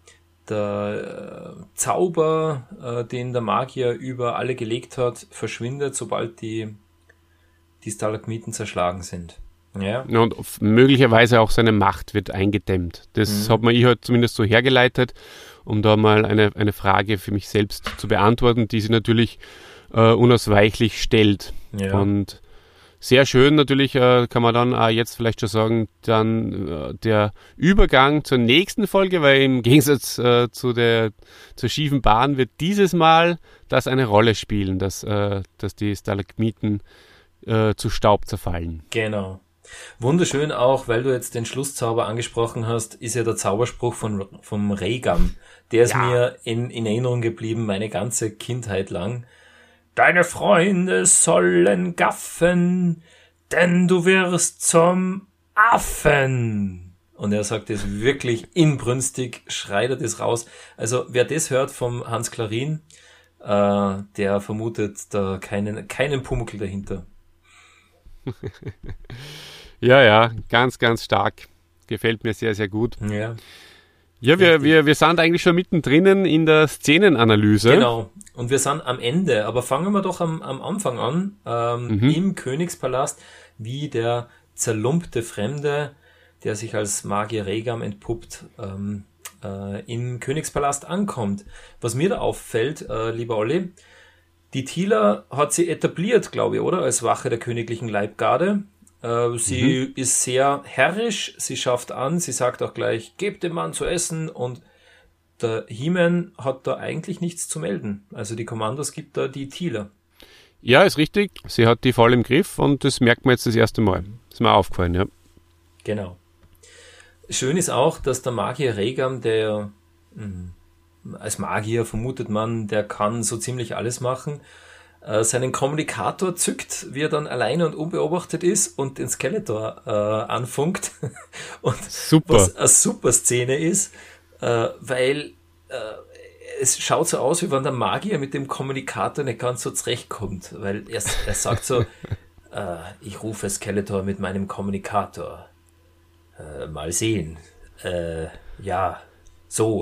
Speaker 3: Zauber, den der Magier über alle gelegt hat, verschwindet, sobald die Stalagmiten zerschlagen sind. Ja.
Speaker 2: Und möglicherweise auch seine Macht wird eingedämmt. Das hat man halt zumindest so hergeleitet, um da mal eine Frage für mich selbst zu beantworten, die sich natürlich unausweichlich stellt. Ja. Und sehr schön natürlich kann man dann auch jetzt vielleicht schon sagen, dann der Übergang zur nächsten Folge, weil im Gegensatz zur schiefen Bahn wird dieses Mal das eine Rolle spielen, dass die Stalagmiten zu Staub zerfallen.
Speaker 3: Genau. Wunderschön auch, weil du jetzt den Schlusszauber angesprochen hast, ist ja der Zauberspruch vom Regam. Der ist mir in Erinnerung geblieben, meine ganze Kindheit lang. Deine Freunde sollen gaffen, denn du wirst zum Affen. Und er sagt es wirklich inbrünstig, schreit er das raus. Also wer das hört vom Hans Klarin, der vermutet da keinen Pumuckl dahinter.
Speaker 2: Ja, ganz, ganz stark. Gefällt mir sehr, sehr gut.
Speaker 3: Ja.
Speaker 2: Ja, wir sind eigentlich schon mittendrin in der Szenenanalyse.
Speaker 3: Genau. Und wir sind am Ende. Aber fangen wir doch am Anfang an. Im Königspalast, wie der zerlumpte Fremde, der sich als Magier Regam entpuppt, im Königspalast ankommt. Was mir da auffällt, lieber Olli, die Tila hat sie etabliert, glaube ich, oder? Als Wache der königlichen Leibgarde. Sie ist sehr herrisch, sie schafft an, sie sagt auch gleich, gebt dem Mann zu essen, und der He-Man hat da eigentlich nichts zu melden. Also die Kommandos gibt da die Tila.
Speaker 2: Ja, ist richtig. Sie hat die voll im Griff und das merkt man jetzt das erste Mal. Ist mir aufgefallen, ja.
Speaker 3: Genau. Schön ist auch, dass der Magier Regam, der als Magier vermutet man, der kann so ziemlich alles machen, seinen Kommunikator zückt, wie er dann alleine und unbeobachtet ist und den Skeletor anfunkt. Und
Speaker 2: super.
Speaker 3: Was eine super Szene ist, weil es schaut so aus, wie wenn der Magier mit dem Kommunikator nicht ganz so zurechtkommt, weil er sagt so, ich rufe Skeletor mit meinem Kommunikator. Mal sehen. Ja, so.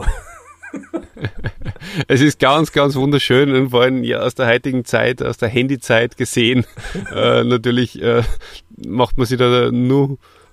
Speaker 2: Es ist ganz, ganz wunderschön und vor allem ja, aus der heutigen Zeit, aus der Handyzeit gesehen, natürlich macht man sich da nur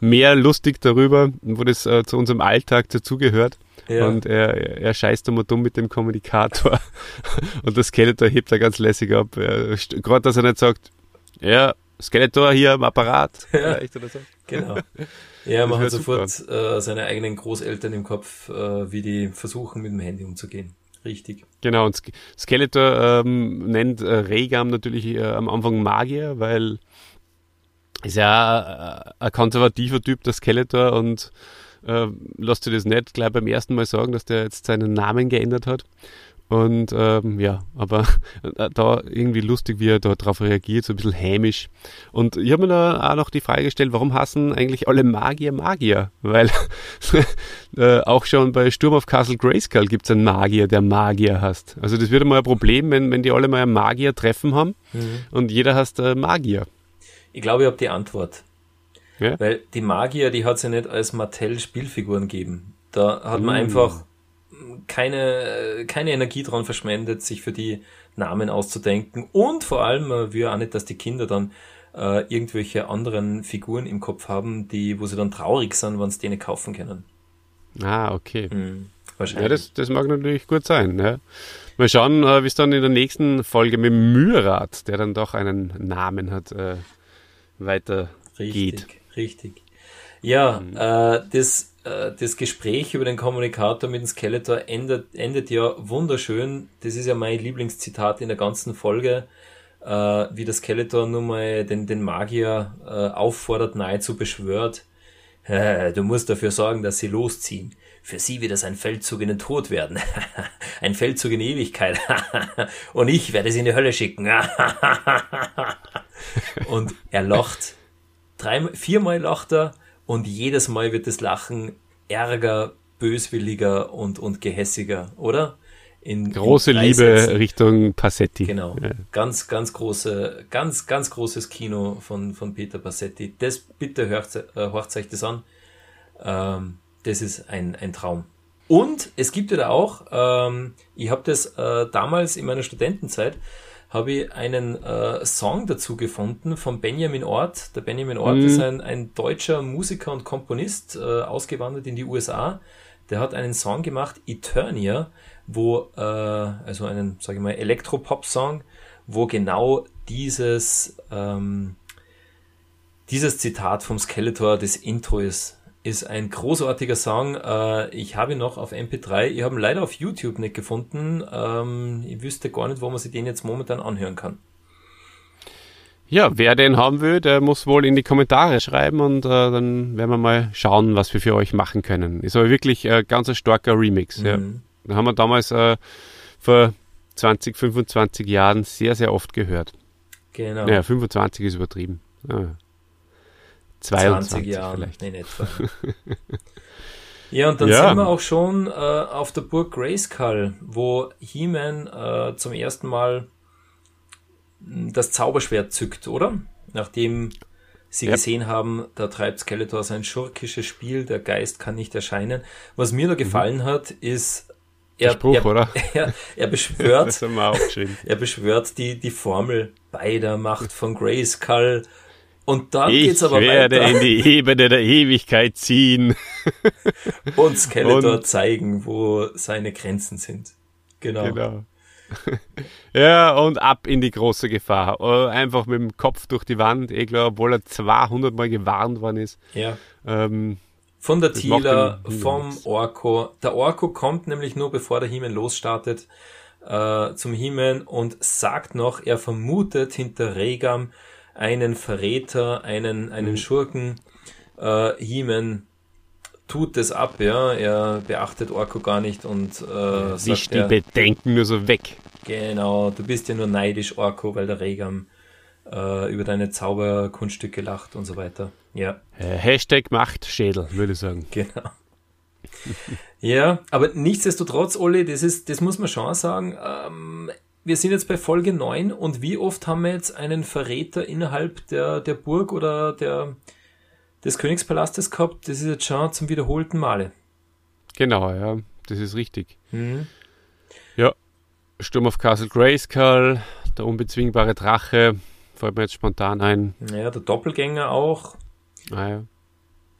Speaker 2: mehr lustig darüber, wo das zu unserem Alltag dazugehört.
Speaker 3: Ja.
Speaker 2: Und er scheißt immer dumm mit dem Kommunikator. Und der Skeletor hebt da ganz lässig ab. Gerade, dass er nicht sagt, ja, Skeletor hier am Apparat.
Speaker 3: Ja.
Speaker 2: Vielleicht oder so.
Speaker 3: Genau. Ja, man hat
Speaker 2: wär
Speaker 3: sofort seine eigenen Großeltern im Kopf, wie die versuchen, mit dem Handy umzugehen. Richtig.
Speaker 2: Genau, und Skeletor nennt Regam natürlich am Anfang Magier, weil ist ja ein konservativer Typ, der Skeletor, und lässt sich das nicht gleich beim ersten Mal sagen, dass der jetzt seinen Namen geändert hat. Und ja, aber da irgendwie lustig, wie er da drauf reagiert, so ein bisschen hämisch. Und ich habe mir da auch noch die Frage gestellt, warum hassen eigentlich alle Magier? Weil auch schon bei Sturm auf Castle Grayskull gibt es einen Magier, der Magier hasst. Also das wird mal ein Problem, wenn die alle mal einen Magier-Treffen haben und jeder hasst Magier.
Speaker 3: Ich glaube, ich habe die Antwort.
Speaker 2: Ja?
Speaker 3: Weil die Magier, die hat es ja nicht als Mattel-Spielfiguren gegeben. Da hat man einfach keine Energie dran verschwendet, sich für die Namen auszudenken. Und vor allem, man will auch nicht, dass die Kinder dann irgendwelche anderen Figuren im Kopf haben, wo sie dann traurig sind, wenn sie denen kaufen können.
Speaker 2: Ah, okay.
Speaker 3: Wahrscheinlich.
Speaker 2: Ja, das mag natürlich gut sein. Ja. Mal schauen, wie es dann in der nächsten Folge mit Myrat, der dann doch einen Namen hat, weiter geht.
Speaker 3: Richtig. Ja, das Gespräch über den Kommunikator mit dem Skeletor endet ja wunderschön. Das ist ja mein Lieblingszitat in der ganzen Folge, wie der Skeletor nun mal den Magier auffordert, nahezu beschwört. Du musst dafür sorgen, dass sie losziehen. Für sie wird es ein Feldzug in den Tod werden. Ein Feldzug in die Ewigkeit. Und ich werde sie in die Hölle schicken. Und er lacht. 4-mal lacht er. Und jedes Mal wird das Lachen ärger, böswilliger und gehässiger, oder?
Speaker 2: Große Liebe Richtung Passetti.
Speaker 3: Genau. Ja. Ganz großes Kino von Peter Passetti. Das bitte hört euch das an. Das ist ein Traum. Und es gibt ja da auch, ich habe das damals in meiner Studentenzeit, habe ich einen Song dazu gefunden von Benjamin Ort. Der Benjamin Ort ist ein deutscher Musiker und Komponist, ausgewandert in die USA. Der hat einen Song gemacht, Eternia, wo, also einen, sage ich mal, Elektropop-Song, wo genau dieses Zitat vom Skeletor das Intro ist. Ist ein großartiger Song. Ich habe ihn noch auf MP3. Ich habe ihn leider auf YouTube nicht gefunden. Ich wüsste gar nicht, wo man sich den jetzt momentan anhören kann.
Speaker 2: Ja, wer den haben will, der muss wohl in die Kommentare schreiben und dann werden wir mal schauen, was wir für euch machen können. Ist aber wirklich ein ganz starker Remix. Ja. Da haben wir damals vor 20, 25 Jahren sehr, sehr oft gehört.
Speaker 3: Genau.
Speaker 2: Naja, 25 ist übertrieben. 22
Speaker 3: Jahren
Speaker 2: vielleicht.
Speaker 3: in etwa. Ja, und dann sind wir auch schon auf der Burg Grayskull, wo He-Man zum ersten Mal das Zauberschwert zückt, oder? Nachdem sie gesehen haben, da treibt Skeletor sein schurkisches Spiel, der Geist kann nicht erscheinen. Was mir da gefallen hat, ist, er beschwört,
Speaker 2: das haben wir auch geschrieben.
Speaker 3: Er beschwört die Formel bei der Macht von Grayskull. Und dann geht's aber weiter.
Speaker 2: Ich werde in die Ebene der Ewigkeit ziehen.
Speaker 3: Und Skeletor zeigen, wo seine Grenzen sind. Genau.
Speaker 2: Ja, und ab in die große Gefahr. Einfach mit dem Kopf durch die Wand, klar, obwohl er 200 Mal gewarnt worden ist.
Speaker 3: Ja. Von der Teela, vom Orko. Der Orko kommt nämlich nur, bevor der He-Man losstartet, zum He-Man und sagt noch, er vermutet hinter Regam einen Verräter, einen Schurken. He-Man tut das ab, ja. Er beachtet Orko gar nicht und
Speaker 2: wischt die Bedenken nur so weg.
Speaker 3: Genau, du bist ja nur neidisch, Orko, weil der Regam über deine Zauberkunststücke lacht und so weiter. Ja.
Speaker 2: Hashtag Machtschädel, würde ich sagen.
Speaker 3: Genau. Ja, aber nichtsdestotrotz, Olli, das muss man schon sagen, wir sind jetzt bei Folge 9 und wie oft haben wir jetzt einen Verräter innerhalb der Burg oder des Königspalastes gehabt? Das ist jetzt schon zum wiederholten Male.
Speaker 2: Genau, ja, das ist richtig. Ja, Sturm auf Castle Grayskull, der unbezwingbare Drache, fällt mir jetzt spontan ein.
Speaker 3: Ja, der Doppelgänger auch.
Speaker 2: Ah ja.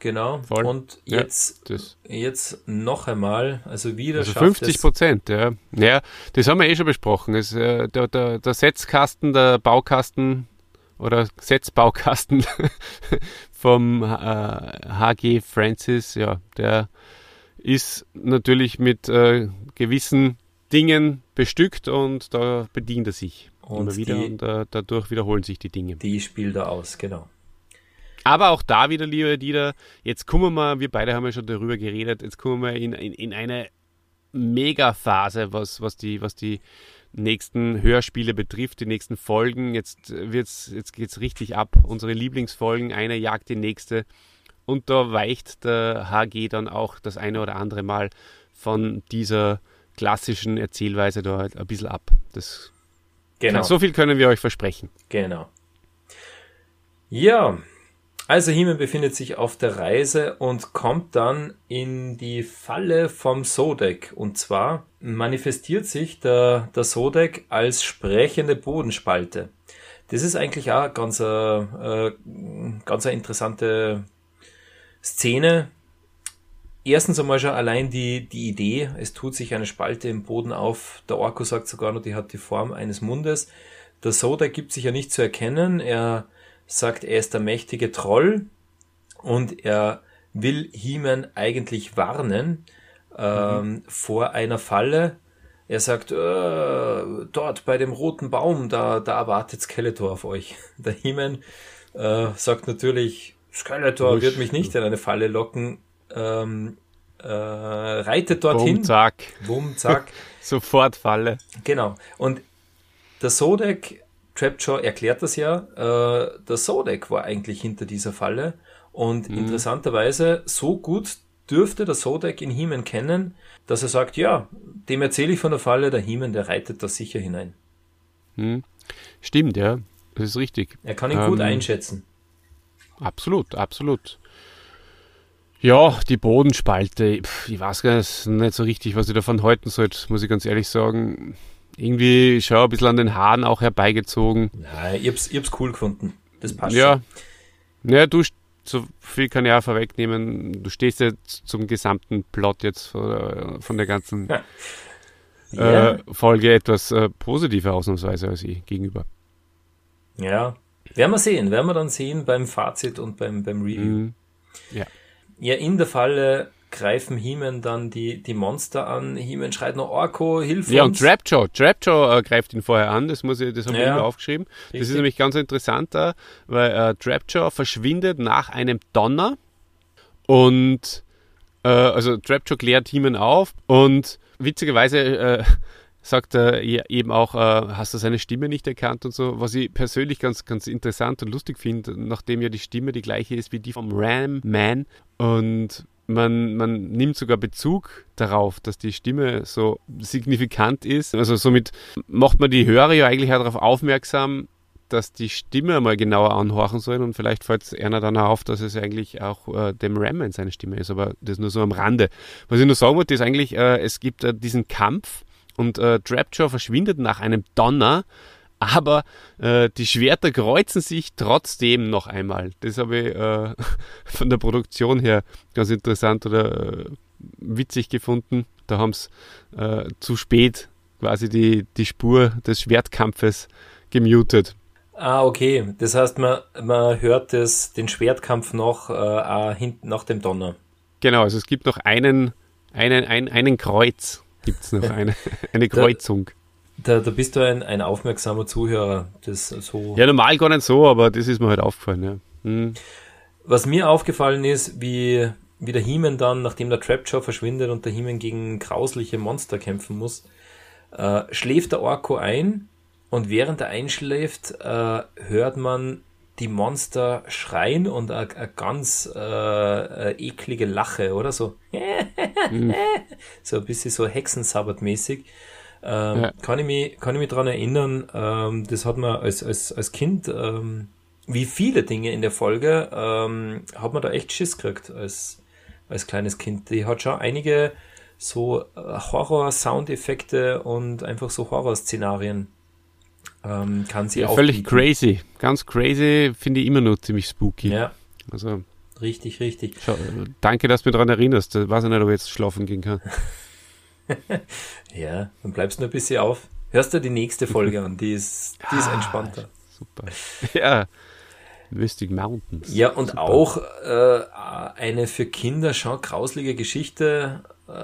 Speaker 3: Genau.
Speaker 2: Voll.
Speaker 3: Und jetzt noch einmal, also wieder
Speaker 2: also
Speaker 3: schafft
Speaker 2: 50%, ja. Ja, das haben wir eh schon besprochen. Der Setzkasten, der Baukasten oder Setzbaukasten vom HG Francis, ja, der ist natürlich mit gewissen Dingen bestückt und da bedient er sich immer wieder und dadurch wiederholen sich die Dinge.
Speaker 3: Die spielt er aus, genau.
Speaker 2: Aber auch da wieder, liebe Dieter, jetzt kommen wir beide haben ja schon darüber geredet, jetzt kommen wir in eine Mega-Phase, was die nächsten Hörspiele betrifft, die nächsten Folgen. Jetzt geht's richtig ab. Unsere Lieblingsfolgen, eine jagt die nächste. Und da weicht der HG dann auch das eine oder andere Mal von dieser klassischen Erzählweise da halt ein bisschen ab. So viel können wir euch versprechen.
Speaker 3: Genau. Ja, also He-Man befindet sich auf der Reise und kommt dann in die Falle vom Sodek. Und zwar manifestiert sich der Sodek als sprechende Bodenspalte. Das ist eigentlich auch ganz eine interessante Szene. Erstens einmal schon allein die Idee, es tut sich eine Spalte im Boden auf. Der Orko sagt sogar noch, die hat die Form eines Mundes. Der Sodek gibt sich ja nicht zu erkennen. Er sagt, er ist der mächtige Troll und er will He-Man eigentlich warnen vor einer Falle. Er sagt, dort bei dem roten Baum, da erwartet Skeletor auf euch. Der He-Man sagt natürlich, Skeletor wird mich nicht in eine Falle locken, reitet dorthin.
Speaker 2: Bumm, zack.
Speaker 3: Bumm, zack.
Speaker 2: Sofort Falle.
Speaker 3: Genau. Und der Sodek, Trapjaw erklärt das ja, der Sodek war eigentlich hinter dieser Falle und interessanterweise so gut dürfte der Sodek in He-Man kennen, dass er sagt, ja, dem erzähle ich von der Falle, der He-Man, der reitet da sicher hinein.
Speaker 2: Stimmt, ja, das ist richtig.
Speaker 3: Er kann ihn gut einschätzen.
Speaker 2: Absolut, absolut. Ja, die Bodenspalte, ich weiß gar nicht so richtig, was ich davon halten sollte, muss ich ganz ehrlich sagen. Irgendwie schon ein bisschen an den Haaren auch herbeigezogen.
Speaker 3: Nein, ich hab's cool gefunden. Das passt
Speaker 2: ja.
Speaker 3: schon.
Speaker 2: Ja, so viel kann ich auch vorwegnehmen. Du stehst ja zum gesamten Plot jetzt von der ganzen Folge etwas positiver ausnahmsweise als ich gegenüber.
Speaker 3: Ja, werden wir dann sehen beim Fazit und beim Review.
Speaker 2: Ja.
Speaker 3: Ja, in der Falle greifen He-Man dann die Monster an. He-Man schreit noch, Orko, hilf uns.
Speaker 2: Ja, und Trapjaw greift ihn vorher an, das habe ich immer aufgeschrieben.
Speaker 3: Richtig.
Speaker 2: Das ist nämlich ganz interessant da, weil Trapjaw verschwindet nach einem Donner und also Trapjaw klärt He-Man auf und witzigerweise sagt er eben auch, hast du seine Stimme nicht erkannt und so, was ich persönlich ganz, ganz interessant und lustig finde, nachdem ja die Stimme die gleiche ist wie die vom Ram Man und man nimmt sogar Bezug darauf, dass die Stimme so signifikant ist. Also somit macht man die Hörer ja eigentlich auch darauf aufmerksam, dass die Stimme mal genauer anhorchen sollen und vielleicht fällt es einer dann auf, dass es eigentlich auch dem Ram-Man seine Stimme ist, aber das nur so am Rande. Was ich nur sagen wollte, ist eigentlich, es gibt diesen Kampf und Trapjaw verschwindet nach einem Donner, aber die Schwerter kreuzen sich trotzdem noch einmal. Das habe ich von der Produktion her ganz interessant oder witzig gefunden. Da haben sie zu spät quasi die Spur des Schwertkampfes gemutet.
Speaker 3: Ah, okay. Das heißt, man hört den Schwertkampf noch hinten nach dem Donner.
Speaker 2: Genau, also es gibt noch einen Kreuz. Gibt es noch eine Kreuzung.
Speaker 3: Da bist du ein aufmerksamer Zuhörer. Das so.
Speaker 2: Ja, normal gar nicht so, aber das ist mir halt aufgefallen. Ja.
Speaker 3: Was mir aufgefallen ist, wie der He-Man dann, nachdem der Trapjaw verschwindet und der He-Man gegen grausliche Monster kämpfen muss, schläft der Orko ein und während er einschläft, hört man die Monster schreien und eine ganz eklige Lache, oder so. So ein bisschen so Hexensabbat-mäßig. Kann ich mich daran erinnern, das hat man als Kind, wie viele Dinge in der Folge, hat man da echt Schiss gekriegt als kleines Kind. Die hat schon einige so Horror-Soundeffekte und einfach so Horror-Szenarien. Kann sie
Speaker 2: ja,
Speaker 3: auch
Speaker 2: völlig crazy. Ganz crazy finde ich immer noch ziemlich spooky.
Speaker 3: Ja.
Speaker 2: Also
Speaker 3: Richtig, richtig.
Speaker 2: Danke, dass du mich daran erinnerst. Ich weiß nicht, ob ich jetzt schlafen gehen kann.
Speaker 3: Ja, dann bleibst du noch ein bisschen auf. Hörst du die nächste Folge an, die ist entspannter.
Speaker 2: Super. Ja, Mystic Mountains.
Speaker 3: Ja, und
Speaker 2: super.
Speaker 3: auch eine für Kinder schon grauslige Geschichte,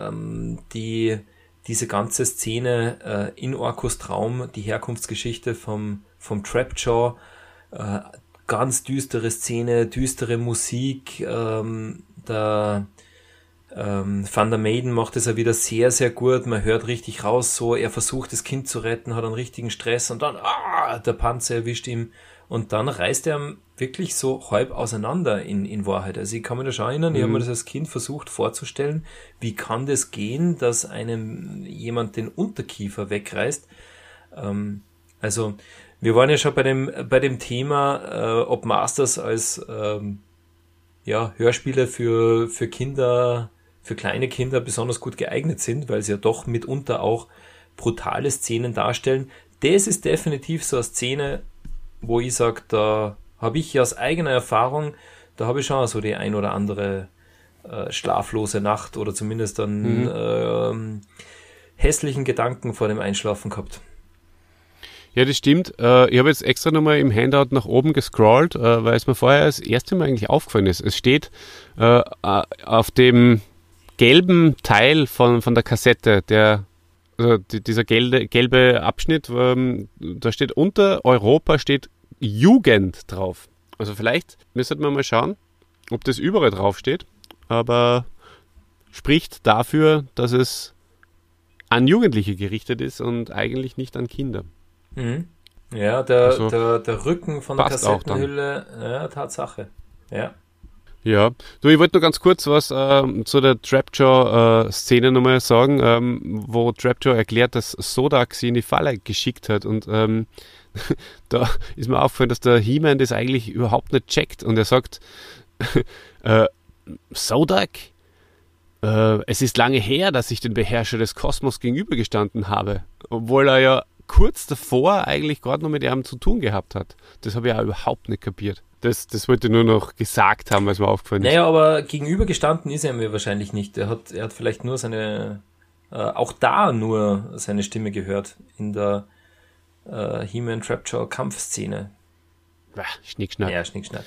Speaker 3: die diese ganze Szene in Orkos Traum, die Herkunftsgeschichte vom Trapjaw, ganz düstere Szene, düstere Musik, der Van der Maiden macht es ja wieder sehr, sehr gut, man hört richtig raus, so er versucht das Kind zu retten, hat einen richtigen Stress und dann, der Panzer erwischt ihn und dann reißt er wirklich so halb auseinander in Wahrheit. Also ich kann mich da schon erinnern, ich habe mir das als Kind versucht vorzustellen, wie kann das gehen, dass einem jemand den Unterkiefer wegreißt. Also wir waren ja schon bei dem Thema, ob Masters als Hörspiele für Kinder, für kleine Kinder besonders gut geeignet sind, weil sie ja doch mitunter auch brutale Szenen darstellen. Das ist definitiv so eine Szene, wo ich sage, da habe ich ja aus eigener Erfahrung, da habe ich schon so die ein oder andere schlaflose Nacht oder zumindest einen hässlichen Gedanken vor dem Einschlafen gehabt.
Speaker 2: Ja, das stimmt. Ich habe jetzt extra nochmal im Handout nach oben gescrollt, weil es mir vorher das erste Mal eigentlich aufgefallen ist. Es steht auf dem gelben Teil von der Kassette, dieser gelbe Abschnitt, da steht unter Europa steht Jugend drauf. Also vielleicht müsste man mal schauen, ob das überall drauf steht, aber spricht dafür, dass es an Jugendliche gerichtet ist und eigentlich nicht an Kinder.
Speaker 3: Mhm. Ja, der Rücken von der Kassettenhülle, ja, Tatsache. Ja.
Speaker 2: Ja, du, ich wollte nur ganz kurz was zu der Trapjaw-Szene nochmal sagen, wo Trapjaw erklärt, dass Sodak sie in die Falle geschickt hat und da ist mir aufgefallen, dass der He-Man das eigentlich überhaupt nicht checkt und er sagt, Sodak, es ist lange her, dass ich den Beherrscher des Kosmos gegenübergestanden habe, obwohl er ja kurz davor eigentlich gerade noch mit ihm zu tun gehabt hat. Das habe ich auch überhaupt nicht kapiert. Das wollte ich nur noch gesagt haben, was mir aufgefallen ist.
Speaker 3: Naja, aber gegenübergestanden ist er mir wahrscheinlich nicht. Er hat vielleicht nur auch da nur seine Stimme gehört in der He-Man Trapjaw Kampfszene.
Speaker 2: Schnickschnack.
Speaker 3: Ja, Schnickschnack.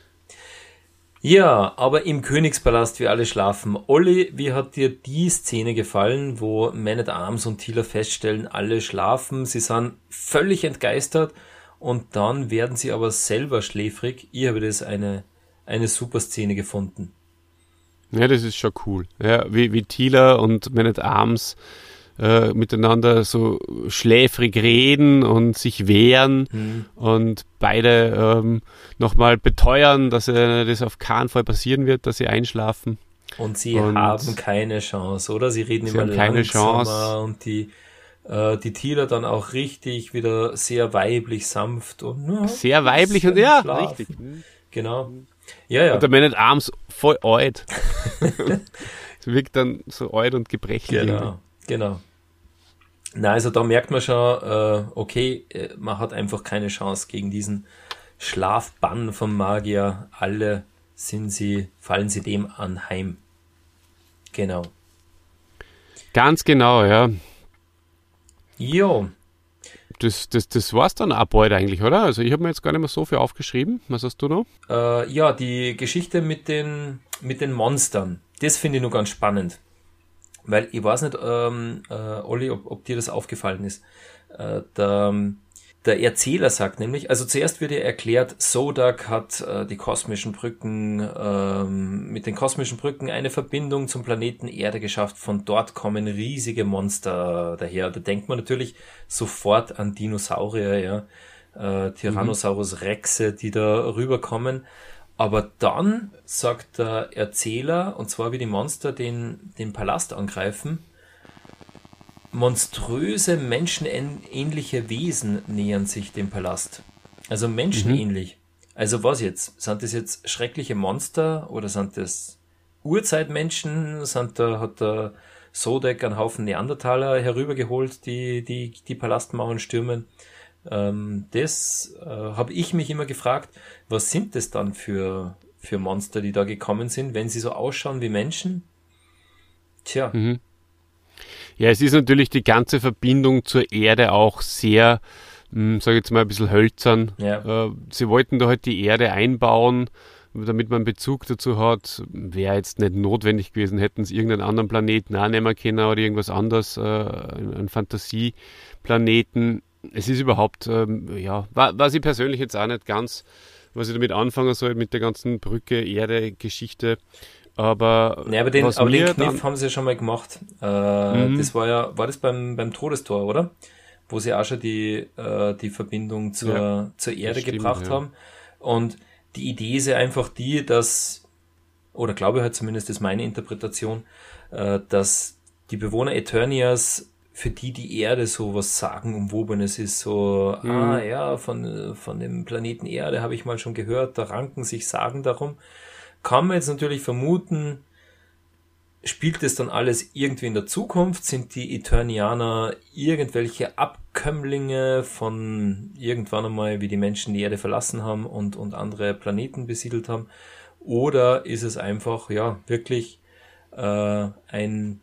Speaker 3: Ja, aber im Königspalast, wie alle schlafen. Olli, wie hat dir die Szene gefallen, wo Man-at-Arms und Teela feststellen, alle schlafen, sie sind völlig entgeistert und dann werden sie aber selber schläfrig. Ich habe das eine super Szene gefunden.
Speaker 2: Ja, das ist schon cool. Ja, wie Teela und Man-at-Arms miteinander so schläfrig reden und sich wehren und beide nochmal beteuern, dass das auf keinen Fall passieren wird, dass sie einschlafen.
Speaker 3: Und sie haben keine Chance, oder? Sie reden immer
Speaker 2: keine
Speaker 3: langsamer
Speaker 2: Chance.
Speaker 3: Und die Teela dann auch richtig wieder sehr weiblich, sanft und
Speaker 2: sehr weiblich und ja,
Speaker 3: schlafen.
Speaker 2: richtig.
Speaker 3: Genau. Ja.
Speaker 2: Und der Man-at-Arms voll alt. Es wirkt dann so alt und gebrechlich.
Speaker 3: Genau. Na, also da merkt man schon, okay, man hat einfach keine Chance gegen diesen Schlafbann vom Magier. Alle fallen sie dem anheim. Genau.
Speaker 2: Ganz genau, ja.
Speaker 3: Jo.
Speaker 2: Das war's dann ab heute eigentlich, oder? Also ich habe mir jetzt gar nicht mehr so viel aufgeschrieben. Was hast du noch?
Speaker 3: Ja, die Geschichte mit den Monstern. Das finde ich nur ganz spannend. Weil ich weiß nicht, Olli, ob dir das aufgefallen ist. Der Erzähler sagt nämlich, also zuerst wird ja erklärt, Sodak hat mit den kosmischen Brücken eine Verbindung zum Planeten Erde geschafft. Von dort kommen riesige Monster daher. Da denkt man natürlich sofort an Dinosaurier, ja, Tyrannosaurus Rexe, die da rüberkommen. Aber dann sagt der Erzähler, und zwar wie die Monster den Palast angreifen, monströse, menschenähnliche Wesen nähern sich dem Palast. Also menschenähnlich. Also was jetzt? Sind das jetzt schreckliche Monster oder sind das Urzeitmenschen? Hat der Sodak einen Haufen Neandertaler herübergeholt, die Palastmauern stürmen? Das habe ich mich immer gefragt, was sind das dann für für Monster, die da gekommen sind, wenn sie so ausschauen wie Menschen. Tja.
Speaker 2: Ja, es ist natürlich die ganze Verbindung zur Erde auch sehr, sage ich jetzt mal, ein bisschen hölzern.
Speaker 3: Ja.
Speaker 2: Sie wollten da halt die Erde einbauen, damit man Bezug dazu hat. Wäre jetzt nicht notwendig gewesen, hätten sie irgendeinen anderen Planeten auch nehmen können oder irgendwas anderes, einen Fantasieplaneten. Es ist überhaupt, was ich persönlich jetzt auch nicht ganz, was ich damit anfangen soll, mit der ganzen Brücke-Erde-Geschichte. Aber
Speaker 3: den Kniff haben sie ja schon mal gemacht. Das war das beim Todestor, oder? Wo sie auch schon die Verbindung zur Erde gebracht haben. Und die Idee ist ja einfach die, oder glaube ich halt zumindest, ist meine Interpretation, dass die Bewohner Eternias, für die Erde so was Sagenumwobenes ist, so, von dem Planeten Erde habe ich mal schon gehört, da ranken sich Sagen darum. Kann man jetzt natürlich vermuten, spielt es dann alles irgendwie in der Zukunft? Sind die Eternianer irgendwelche Abkömmlinge von irgendwann einmal, wie die Menschen die Erde verlassen haben und andere Planeten besiedelt haben? Oder ist es einfach, wirklich ein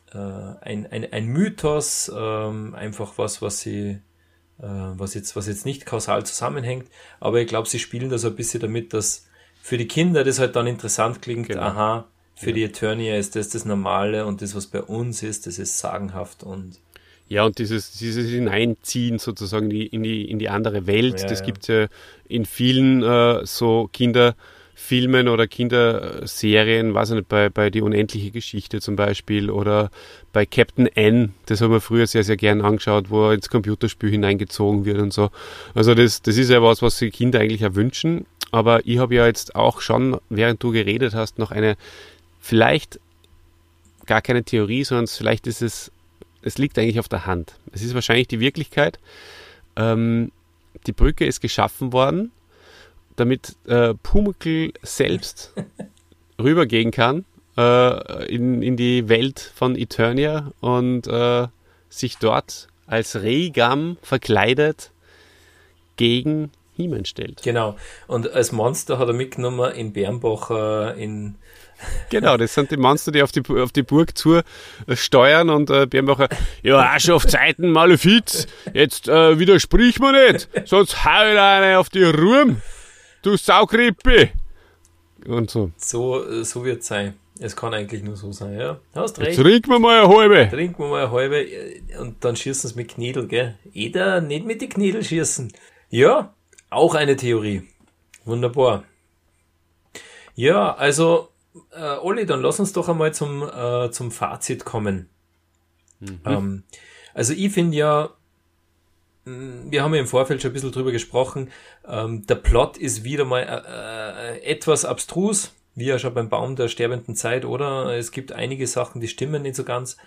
Speaker 3: Mythos, einfach was jetzt nicht kausal zusammenhängt? Aber ich glaube, sie spielen da so ein bisschen damit, dass für die Kinder das halt dann interessant klingt,
Speaker 2: genau.
Speaker 3: Für die Eternia ist das Normale und das, was bei uns ist, das ist sagenhaft und
Speaker 2: dieses Hineinziehen sozusagen in die andere Welt, das gibt es ja in vielen so Kinderfilmen oder Kinderserien, weiß ich nicht, bei Die unendliche Geschichte zum Beispiel oder bei Captain N, das haben wir früher sehr, sehr gern angeschaut, wo er ins Computerspiel hineingezogen wird und so. Also das ist ja was die Kinder eigentlich erwünschen. Aber ich habe ja jetzt auch schon, während du geredet hast, noch vielleicht gar keine Theorie, sondern vielleicht ist es liegt eigentlich auf der Hand. Es ist wahrscheinlich die Wirklichkeit. Die Brücke ist geschaffen worden, damit Pumuckl selbst rübergehen kann in die Welt von Eternia und sich dort als Regam verkleidet gegen He-Man stellt.
Speaker 3: Genau. Und als Monster hat er mitgenommen in Bernbach
Speaker 2: Genau, das sind die Monster, die auf die Burg zu steuern und Bernbacher, auch schon auf Zeiten Malefiz, jetzt widersprich mir nicht, sonst hau ich da eine auf die Ruhm, du Saugrippe. Und so.
Speaker 3: So wird es sein. Es kann eigentlich nur so sein, ja. Hast recht.
Speaker 2: Jetzt trinken wir mal eine halbe.
Speaker 3: Und dann schießen sie mit Knädel, gell? Jeder nicht mit den Knädel schießen. Ja, auch eine Theorie. Wunderbar. Ja, also, Olli, dann lass uns doch einmal zum Fazit kommen. Also ich finde ja, wir haben ja im Vorfeld schon ein bisschen drüber gesprochen, der Plot ist wieder mal etwas abstrus, wie ja schon beim Baum der sterbenden Zeit, oder? Es gibt einige Sachen, die stimmen nicht so ganz,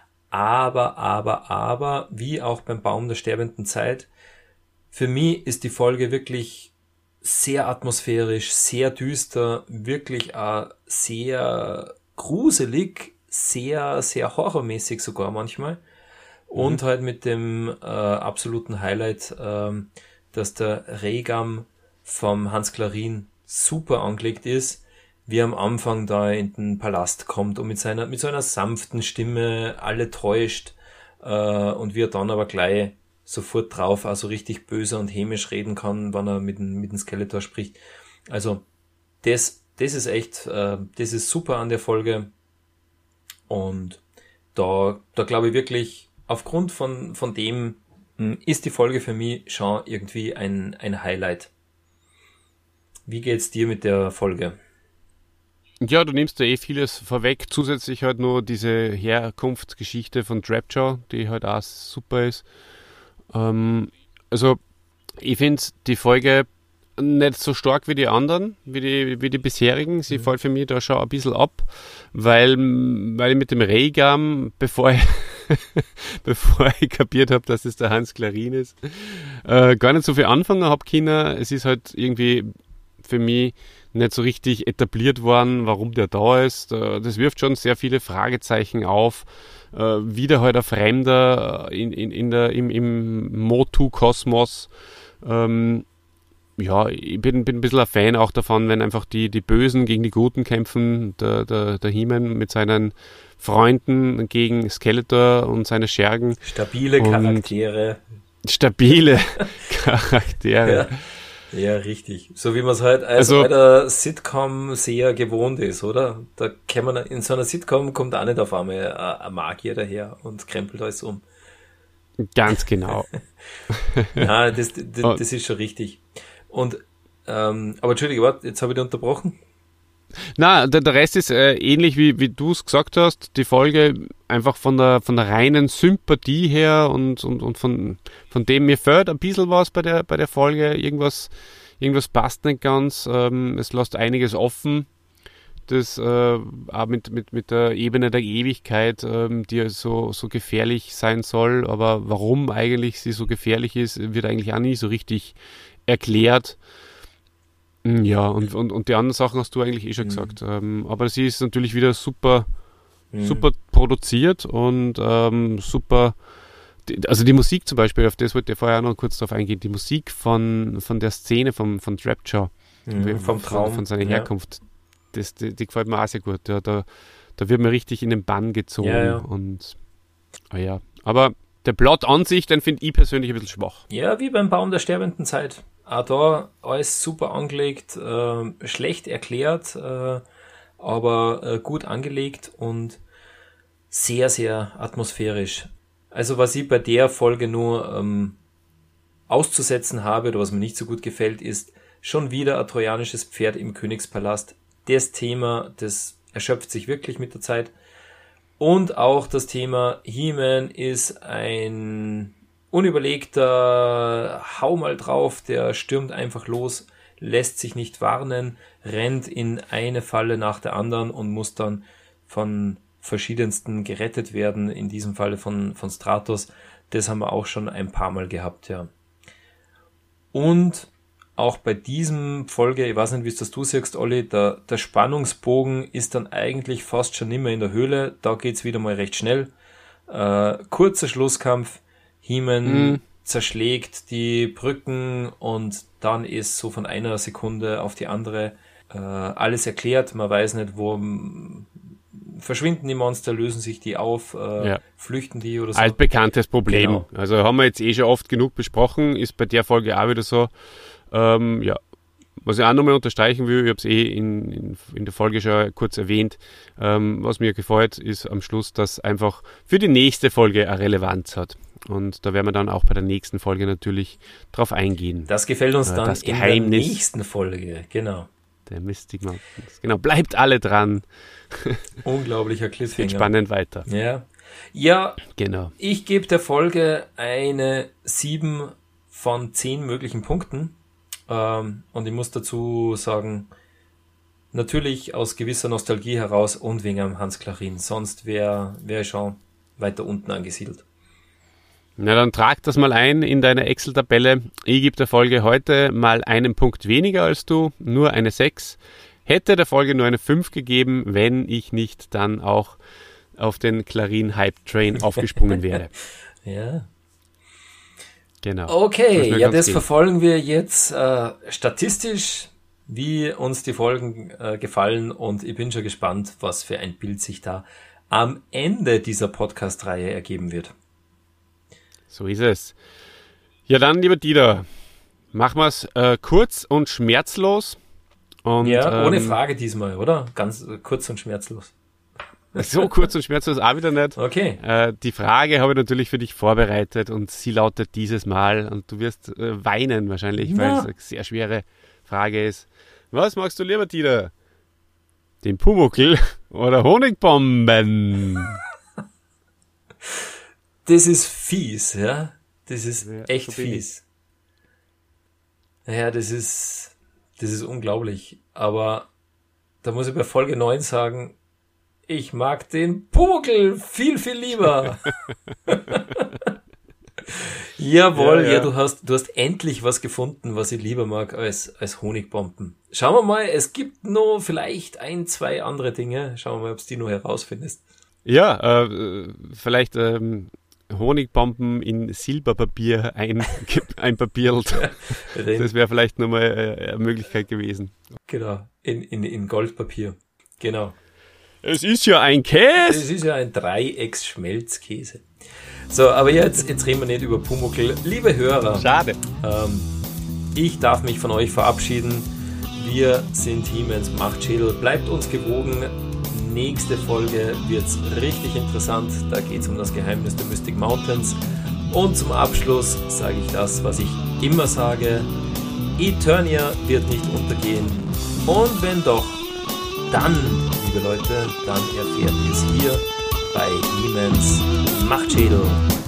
Speaker 3: aber, wie auch beim Baum der sterbenden Zeit, für mich ist die Folge wirklich sehr atmosphärisch, sehr düster, wirklich auch sehr gruselig, sehr, sehr horrormäßig sogar manchmal. Und halt mit dem absoluten Highlight, dass der Regam vom Hans Klarin super angelegt ist, wie er am Anfang da in den Palast kommt und mit so einer sanften Stimme alle täuscht und wie er dann aber gleich sofort drauf also richtig böse und hämisch reden kann, wenn er mit dem Skeletor spricht. Also das ist echt, das ist super an der Folge und da glaube ich wirklich, aufgrund von dem ist die Folge für mich schon irgendwie ein Highlight. Wie geht's dir mit der Folge?
Speaker 2: Ja, du nimmst ja vieles vorweg. Zusätzlich halt nur diese Herkunftsgeschichte von Trapjaw, die halt auch super ist. Also ich finde die Folge nicht so stark wie die anderen, wie die bisherigen. Sie fällt für mich da schon ein bisschen ab, weil ich mit dem Regam, bevor ich kapiert habe, dass es der Hans Klarin ist, gar nicht so viel anfangen habe können. Es ist halt irgendwie für mich nicht so richtig etabliert worden, warum der da ist. Das wirft schon sehr viele Fragezeichen auf. Wieder halt ein Fremder im Motu-Kosmos. ja, ich bin ein bisschen ein Fan auch davon, wenn einfach die Bösen gegen die Guten kämpfen, der He-Man mit seinen Freunden gegen Skeletor und seine Schergen.
Speaker 3: Stabile Charaktere.
Speaker 2: Stabile Charaktere.
Speaker 3: Ja, richtig. So wie man es halt als alter Sitcom sehr gewohnt ist, oder? Da kann man, in so einer Sitcom kommt auch nicht auf einmal ein Magier daher und krempelt alles um.
Speaker 2: Ganz genau.
Speaker 3: Ja, das ist schon richtig. Und, aber Entschuldige, warte, jetzt habe ich dich unterbrochen.
Speaker 2: Na, der Rest ist ähnlich wie du es gesagt hast. Die Folge einfach von der reinen Sympathie her und von dem mir fehlt ein bisschen was bei der Folge. Irgendwas passt nicht ganz. Es lässt einiges offen. Das auch mit der Ebene der Ewigkeit, die so gefährlich sein soll. Aber warum eigentlich sie so gefährlich ist, wird eigentlich auch nie so richtig erklärt. Ja, und die anderen Sachen hast du eigentlich eh schon gesagt. Aber sie ist natürlich wieder super produziert und super. Also die Musik zum Beispiel, auf das wollte ich vorher auch noch kurz drauf eingehen. Die Musik von der Szene von Trapjaw,
Speaker 3: vom Traum,
Speaker 2: von seiner Herkunft, die gefällt mir auch sehr gut. Da wird mir richtig in den Bann gezogen.
Speaker 3: Ja.
Speaker 2: Und aber der Plot an sich, den finde ich persönlich ein bisschen schwach.
Speaker 3: Ja, wie beim Baum der sterbenden Zeit. Auch da alles super angelegt, schlecht erklärt, aber gut angelegt und sehr, sehr atmosphärisch. Also was ich bei der Folge nur auszusetzen habe oder was mir nicht so gut gefällt, ist schon wieder ein trojanisches Pferd im Königspalast. Das Thema, das erschöpft sich wirklich mit der Zeit. Und auch das Thema He-Man ist ein unüberlegter Hau mal drauf, der stürmt einfach los, lässt sich nicht warnen, rennt in eine Falle nach der anderen und muss dann von verschiedensten gerettet werden, in diesem Falle von Stratos. Das haben wir auch schon ein paar Mal gehabt, ja. Und auch bei diesem Folge, ich weiß nicht, wie es du siehst, Olli, der Spannungsbogen ist dann eigentlich fast schon nicht mehr in der Höhle, da geht's wieder mal recht schnell. Kurzer Schlusskampf, He-Man zerschlägt die Brücken und dann ist so von einer Sekunde auf die andere alles erklärt. Man weiß nicht, wo verschwinden die Monster, lösen sich die auf, flüchten die oder so.
Speaker 2: Altbekanntes Problem.
Speaker 3: Genau.
Speaker 2: Also haben wir jetzt schon oft genug besprochen, ist bei der Folge auch wieder so. Was ich auch nochmal unterstreichen will, ich habe es in der Folge schon kurz erwähnt, was mir gefällt, ist am Schluss, dass einfach für die nächste Folge eine Relevanz hat. Und da werden wir dann auch bei der nächsten Folge natürlich drauf eingehen.
Speaker 3: Das gefällt uns dann
Speaker 2: das
Speaker 3: in
Speaker 2: Geheimnis
Speaker 3: der nächsten Folge, genau.
Speaker 2: Der Mystic Mountains. Genau, bleibt alle dran.
Speaker 3: Unglaublicher Cliffhanger.
Speaker 2: Geht spannend weiter.
Speaker 3: Ja,
Speaker 2: genau.
Speaker 3: Ich gebe der Folge eine 7 von 10 möglichen Punkten. Und ich muss dazu sagen, natürlich aus gewisser Nostalgie heraus und wegen am Hans Klarin. Sonst wäre ich schon weiter unten angesiedelt.
Speaker 2: Na, dann trag das mal ein in deine Excel-Tabelle. Ich gebe der Folge heute mal einen Punkt weniger als du, nur eine 6. Hätte der Folge nur eine 5 gegeben, wenn ich nicht dann auch auf den Klarin-Hype-Train aufgesprungen wäre.
Speaker 3: Ja.
Speaker 2: Genau.
Speaker 3: Okay, das verfolgen wir jetzt statistisch, wie uns die Folgen gefallen, und ich bin schon gespannt, was für ein Bild sich da am Ende dieser Podcast-Reihe ergeben wird.
Speaker 2: So ist es. Ja, dann, lieber Dieter, machen wir es kurz und schmerzlos. Und,
Speaker 3: ja, ohne Frage diesmal, oder? Ganz kurz und schmerzlos.
Speaker 2: So kurz und schmerzlos auch wieder nicht.
Speaker 3: Okay.
Speaker 2: Die Frage habe ich natürlich für dich vorbereitet und sie lautet dieses Mal, und du wirst weinen wahrscheinlich, weil es eine sehr schwere Frage ist. Was magst du lieber, Dieter? Den Pumuckl oder Honigbomben?
Speaker 3: Das ist fies, ja. Das ist echt fies. Ja, das ist unglaublich. Aber da muss ich bei Folge 9 sagen, ich mag den Pumuckl viel, viel lieber. Jawohl, ja, du hast endlich was gefunden, was ich lieber mag als Honigbomben. Schauen wir mal, es gibt noch vielleicht 1, 2 andere Dinge. Schauen wir mal, ob du die noch herausfindest.
Speaker 2: Ja, vielleicht Honigbomben in Silberpapier einpapierlt. Das wäre vielleicht nochmal eine Möglichkeit gewesen.
Speaker 3: Genau, in Goldpapier. Genau.
Speaker 2: Es ist ja ein Käse.
Speaker 3: Es ist ja ein Dreiecksschmelzkäse. So, aber jetzt reden wir nicht über Pumuckl. Liebe Hörer.
Speaker 2: Schade.
Speaker 3: Ich darf mich von euch verabschieden. Wir sind He-Mans Machtschädel. Bleibt uns gewogen. Nächste Folge wird's richtig interessant. Da geht's um das Geheimnis der Mystic Mountains. Und zum Abschluss sage ich das, was ich immer sage. Eternia wird nicht untergehen. Und wenn doch, dann, liebe Leute, dann erfährt ihr es hier bei He-Mans Machtschädel.